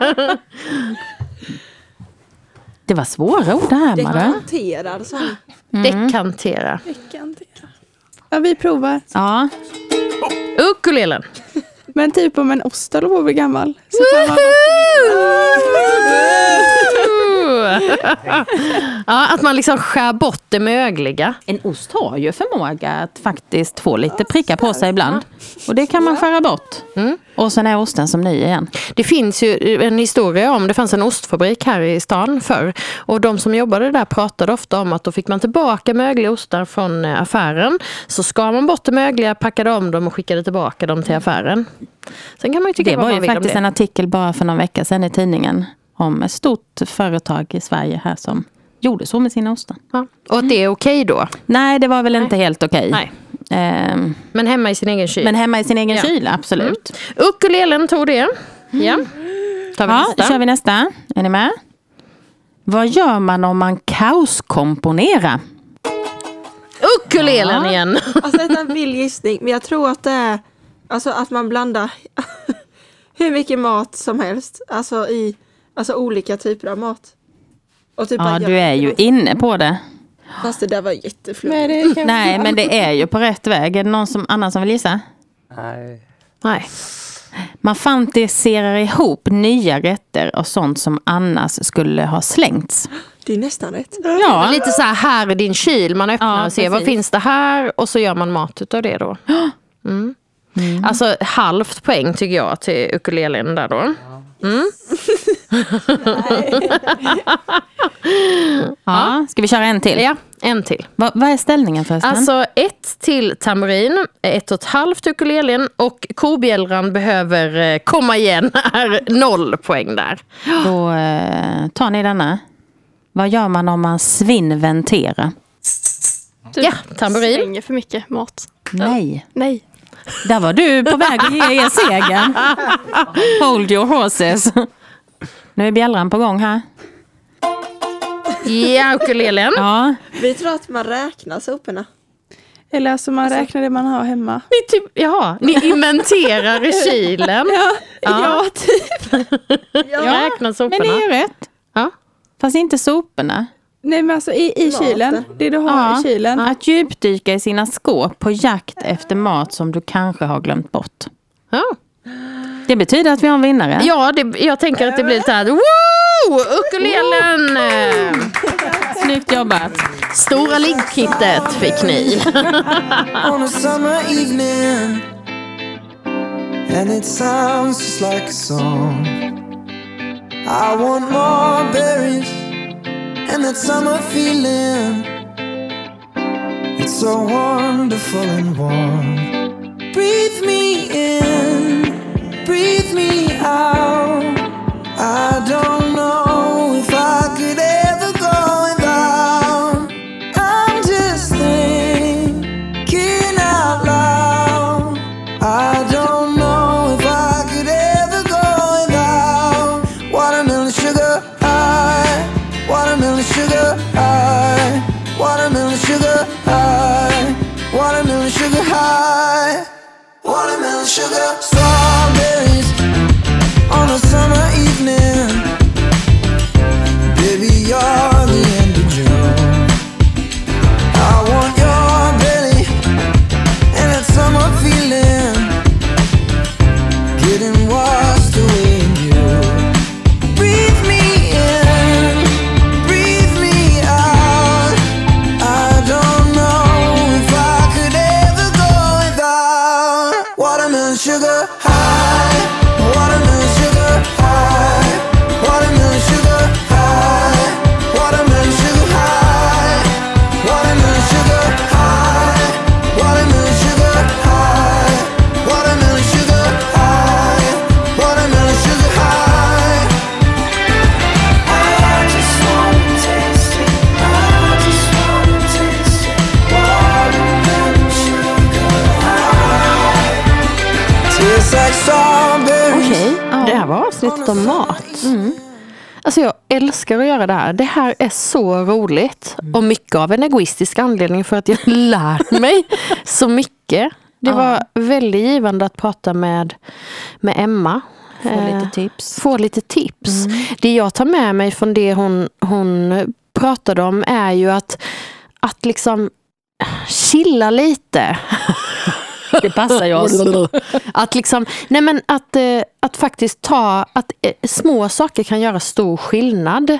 Det var svåra ord det här, Mara. Dekanterar, så. Dekantera. Ja, vi provar. Ja. Ukulelen. Men typ om en ost eller vad blir gammal. Så kan man... Ja, att man liksom skär bort det mögliga. En ost har ju förmåga att faktiskt få lite prickar på sig ibland. Och det kan man skära bort. Och sen är osten som ny igen. Det finns ju en historia om, det fanns en ostfabrik här i stan förr. Och de som jobbade där pratade ofta om att då fick man tillbaka mögliga ostar från affären. Så skar man bort det mögliga, packade om dem och skickade tillbaka dem till affären. Sen kan man ju tycka det vad var man ju vill faktiskt en artikel bara för någon vecka sedan i tidningen om ett stort företag i Sverige här som gjorde så med sina ostar. Ja. Och att det är okej då? Nej, det var väl inte helt okej. Nej. Men hemma i sin egen kyl? Men hemma i sin egen kyl, absolut. Ukulelen tog det. Ja. Tar vi nästa. Då kör vi nästa. Är ni med? Vad gör man om man kaoskomponerar? Ukulelen igen. Alltså det är en vild gissning, men jag tror att det är alltså att man blandar hur mycket mat som helst. Alltså i olika typer av mat. Och typ du är ju inne på det. Fast det där var jätteflugt. Nej, men det är ju på rätt väg. Är det någon annan som vill gissa? Nej. Man fantiserar ihop nya rätter och sånt som annars skulle ha slängts. Det är nästan rätt. Ja. Lite så här i din kyl. Man öppnar och ser vad finns det här och så gör man mat utav det då. Alltså halvt poäng tycker jag till ukulelen där då. Ja, ska vi köra en till? Ja, en till. Vad är ställningen förresten? Alltså 1 till tamburin, 1,5 till ukulelen och kobjällran behöver komma igen, är 0 poäng där. Då tar ni denna. Vad gör man om man svinventerar? Ja, tamburin. Slänger för mycket mat. Nej. Där var du på väg att ge er segern. Hold your horses. Nu är bjällran på gång här. Ja, ukulelen. Ja. Vi tror att man räknar soporna. Eller alltså man räknar det man har hemma. Ni inventerar i kylen. Ja, typ. Räknar soporna. Men det är ju rätt. Ja. Fast inte soporna. Nej, men alltså i kylen. Det du har i kylen. Att djupdyka i sina skåp på jakt efter mat som du kanske har glömt bort. Ja. Det betyder att vi har en vinnare. Ja, jag tänker att det blir så här. Woo! Ukulelen! Snyggt jobbat. Stora liggkittet fick ni. On a summer evening and it sounds just like a song. I want more berries and that summer feeling. It's so wonderful and warm. Breathe me in, breathe me out. I don't know if I could ever go without. I'm just thinking out loud. I don't know if I could ever go without watermelon sugar high, watermelon sugar high, watermelon sugar high, watermelon sugar high, avsnittet om mat. Alltså jag älskar att göra det här. Det här är så roligt. Och mycket av en egoistisk anledning för att jag lär mig så mycket. Det var väldigt givande att prata med Emma. Få lite tips. Det jag tar med mig från det hon pratade om är ju att liksom chilla lite. Det passar ju oss. Att liksom, att faktiskt små saker kan göra stor skillnad.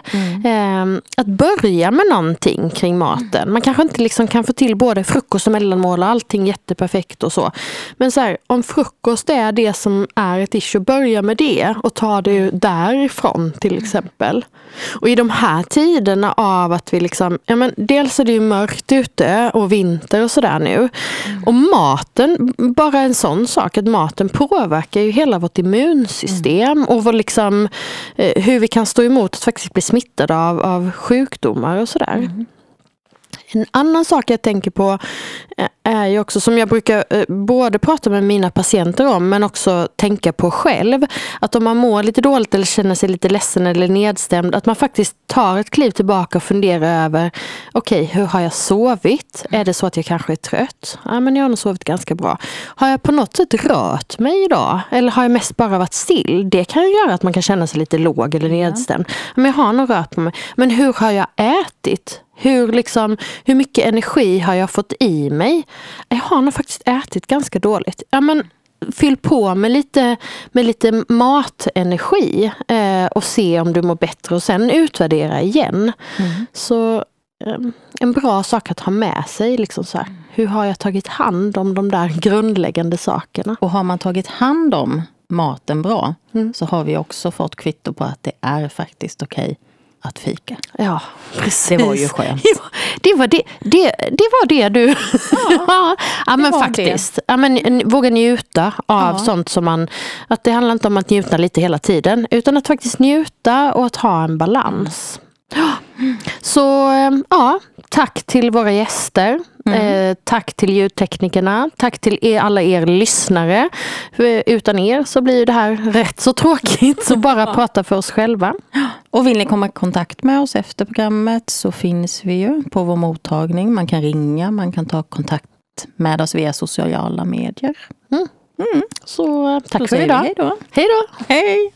Att börja med någonting kring maten. Man kanske inte liksom kan få till både frukost och mellanmål och allting jätteperfekt och så. Men så här, om frukost är det som är ett issue, börja med det och ta det därifrån till exempel. Och i de här tiderna av att vi liksom, dels är det ju mörkt ute och vinter och sådär nu. Och maten, bara en sån sak att maten påverkar ju hela vårt immunsystem och liksom, hur vi kan stå emot att faktiskt bli smittade av sjukdomar och sådär. En annan sak jag tänker på är ju också, som jag brukar både prata med mina patienter om men också tänka på själv, att om man mår lite dåligt eller känner sig lite ledsen eller nedstämd, att man faktiskt tar ett kliv tillbaka och funderar över okej, hur har jag sovit? Är det så att jag kanske är trött? Ja, men jag har nog sovit ganska bra. Har jag på något sätt rört mig idag? Eller har jag mest bara varit still? Det kan ju göra att man kan känna sig lite låg eller nedstämd. Men jag har nog rört på mig. Men hur har jag ätit? Hur mycket energi har jag fått i mig? Jag har nog faktiskt ätit ganska dåligt. Ja, men fyll på med lite matenergi och se om du mår bättre och sen utvärdera igen. Så en bra sak att ha med sig liksom så här. Hur har jag tagit hand om de där grundläggande sakerna? Och har man tagit hand om maten bra så har vi också fått kvitto på att det är faktiskt okej att fika. Ja, precis. Det var ju skönt. Det var det du... ja, men faktiskt. Ja, men våga njuta av sånt som man... Att det handlar inte om att njuta lite hela tiden, utan att faktiskt njuta och att ha en balans. Så tack till våra gäster. Tack till ljudteknikerna. Tack till alla er lyssnare. Utan er så blir det här rätt så tråkigt. Så bara prata för oss själva. Och vill ni komma i kontakt med oss efter programmet så finns vi ju på vår mottagning. Man kan ringa, man kan ta kontakt med oss via sociala medier. Så tack för idag. Hej då. Hej.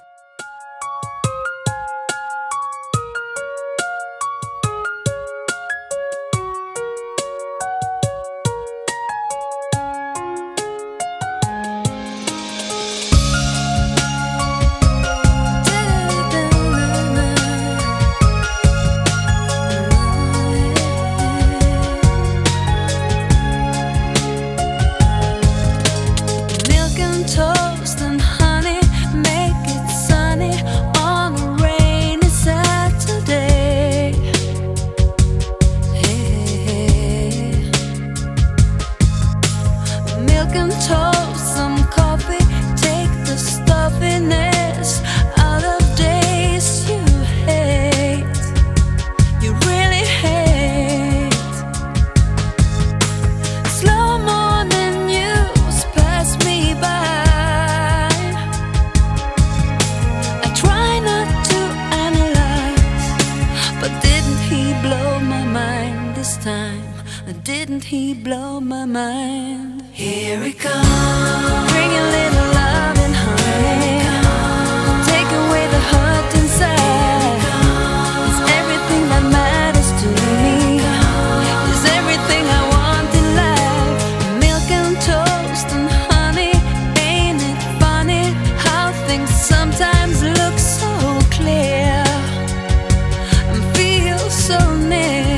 Didn't he blow my mind? Here he comes. Bring a little love and honey. Take away the hurt inside. It's everything that matters to me. It's everything I want in life. Milk and toast and honey. Ain't it funny how things sometimes look so clear and feel so near?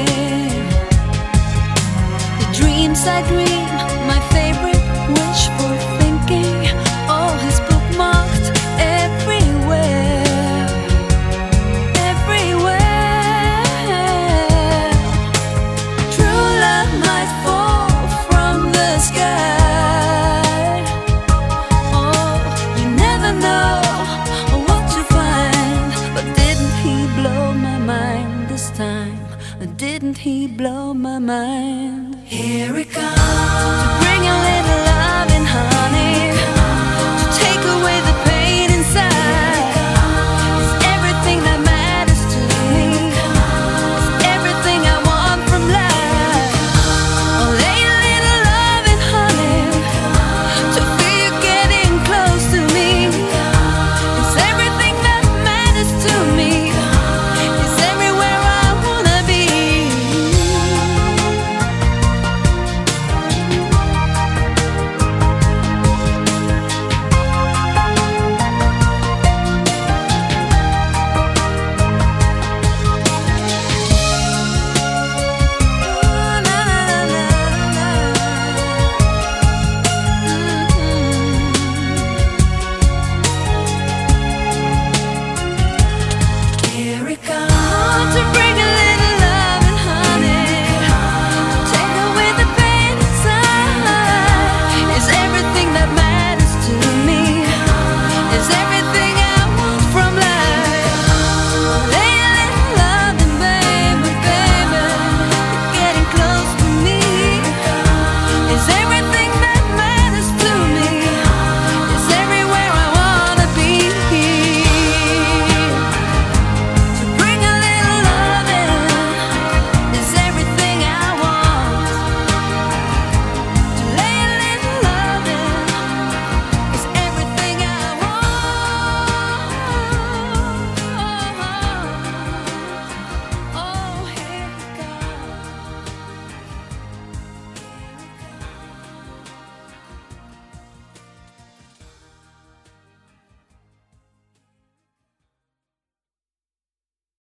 I dream, my favorite wishful thinking. All is bookmarked everywhere, everywhere. True love might fall from the sky. Oh, you never know what to find. But didn't he blow my mind this time? Didn't he blow my mind? Here it comes to bring a little love and honey, to take away the pain inside. to break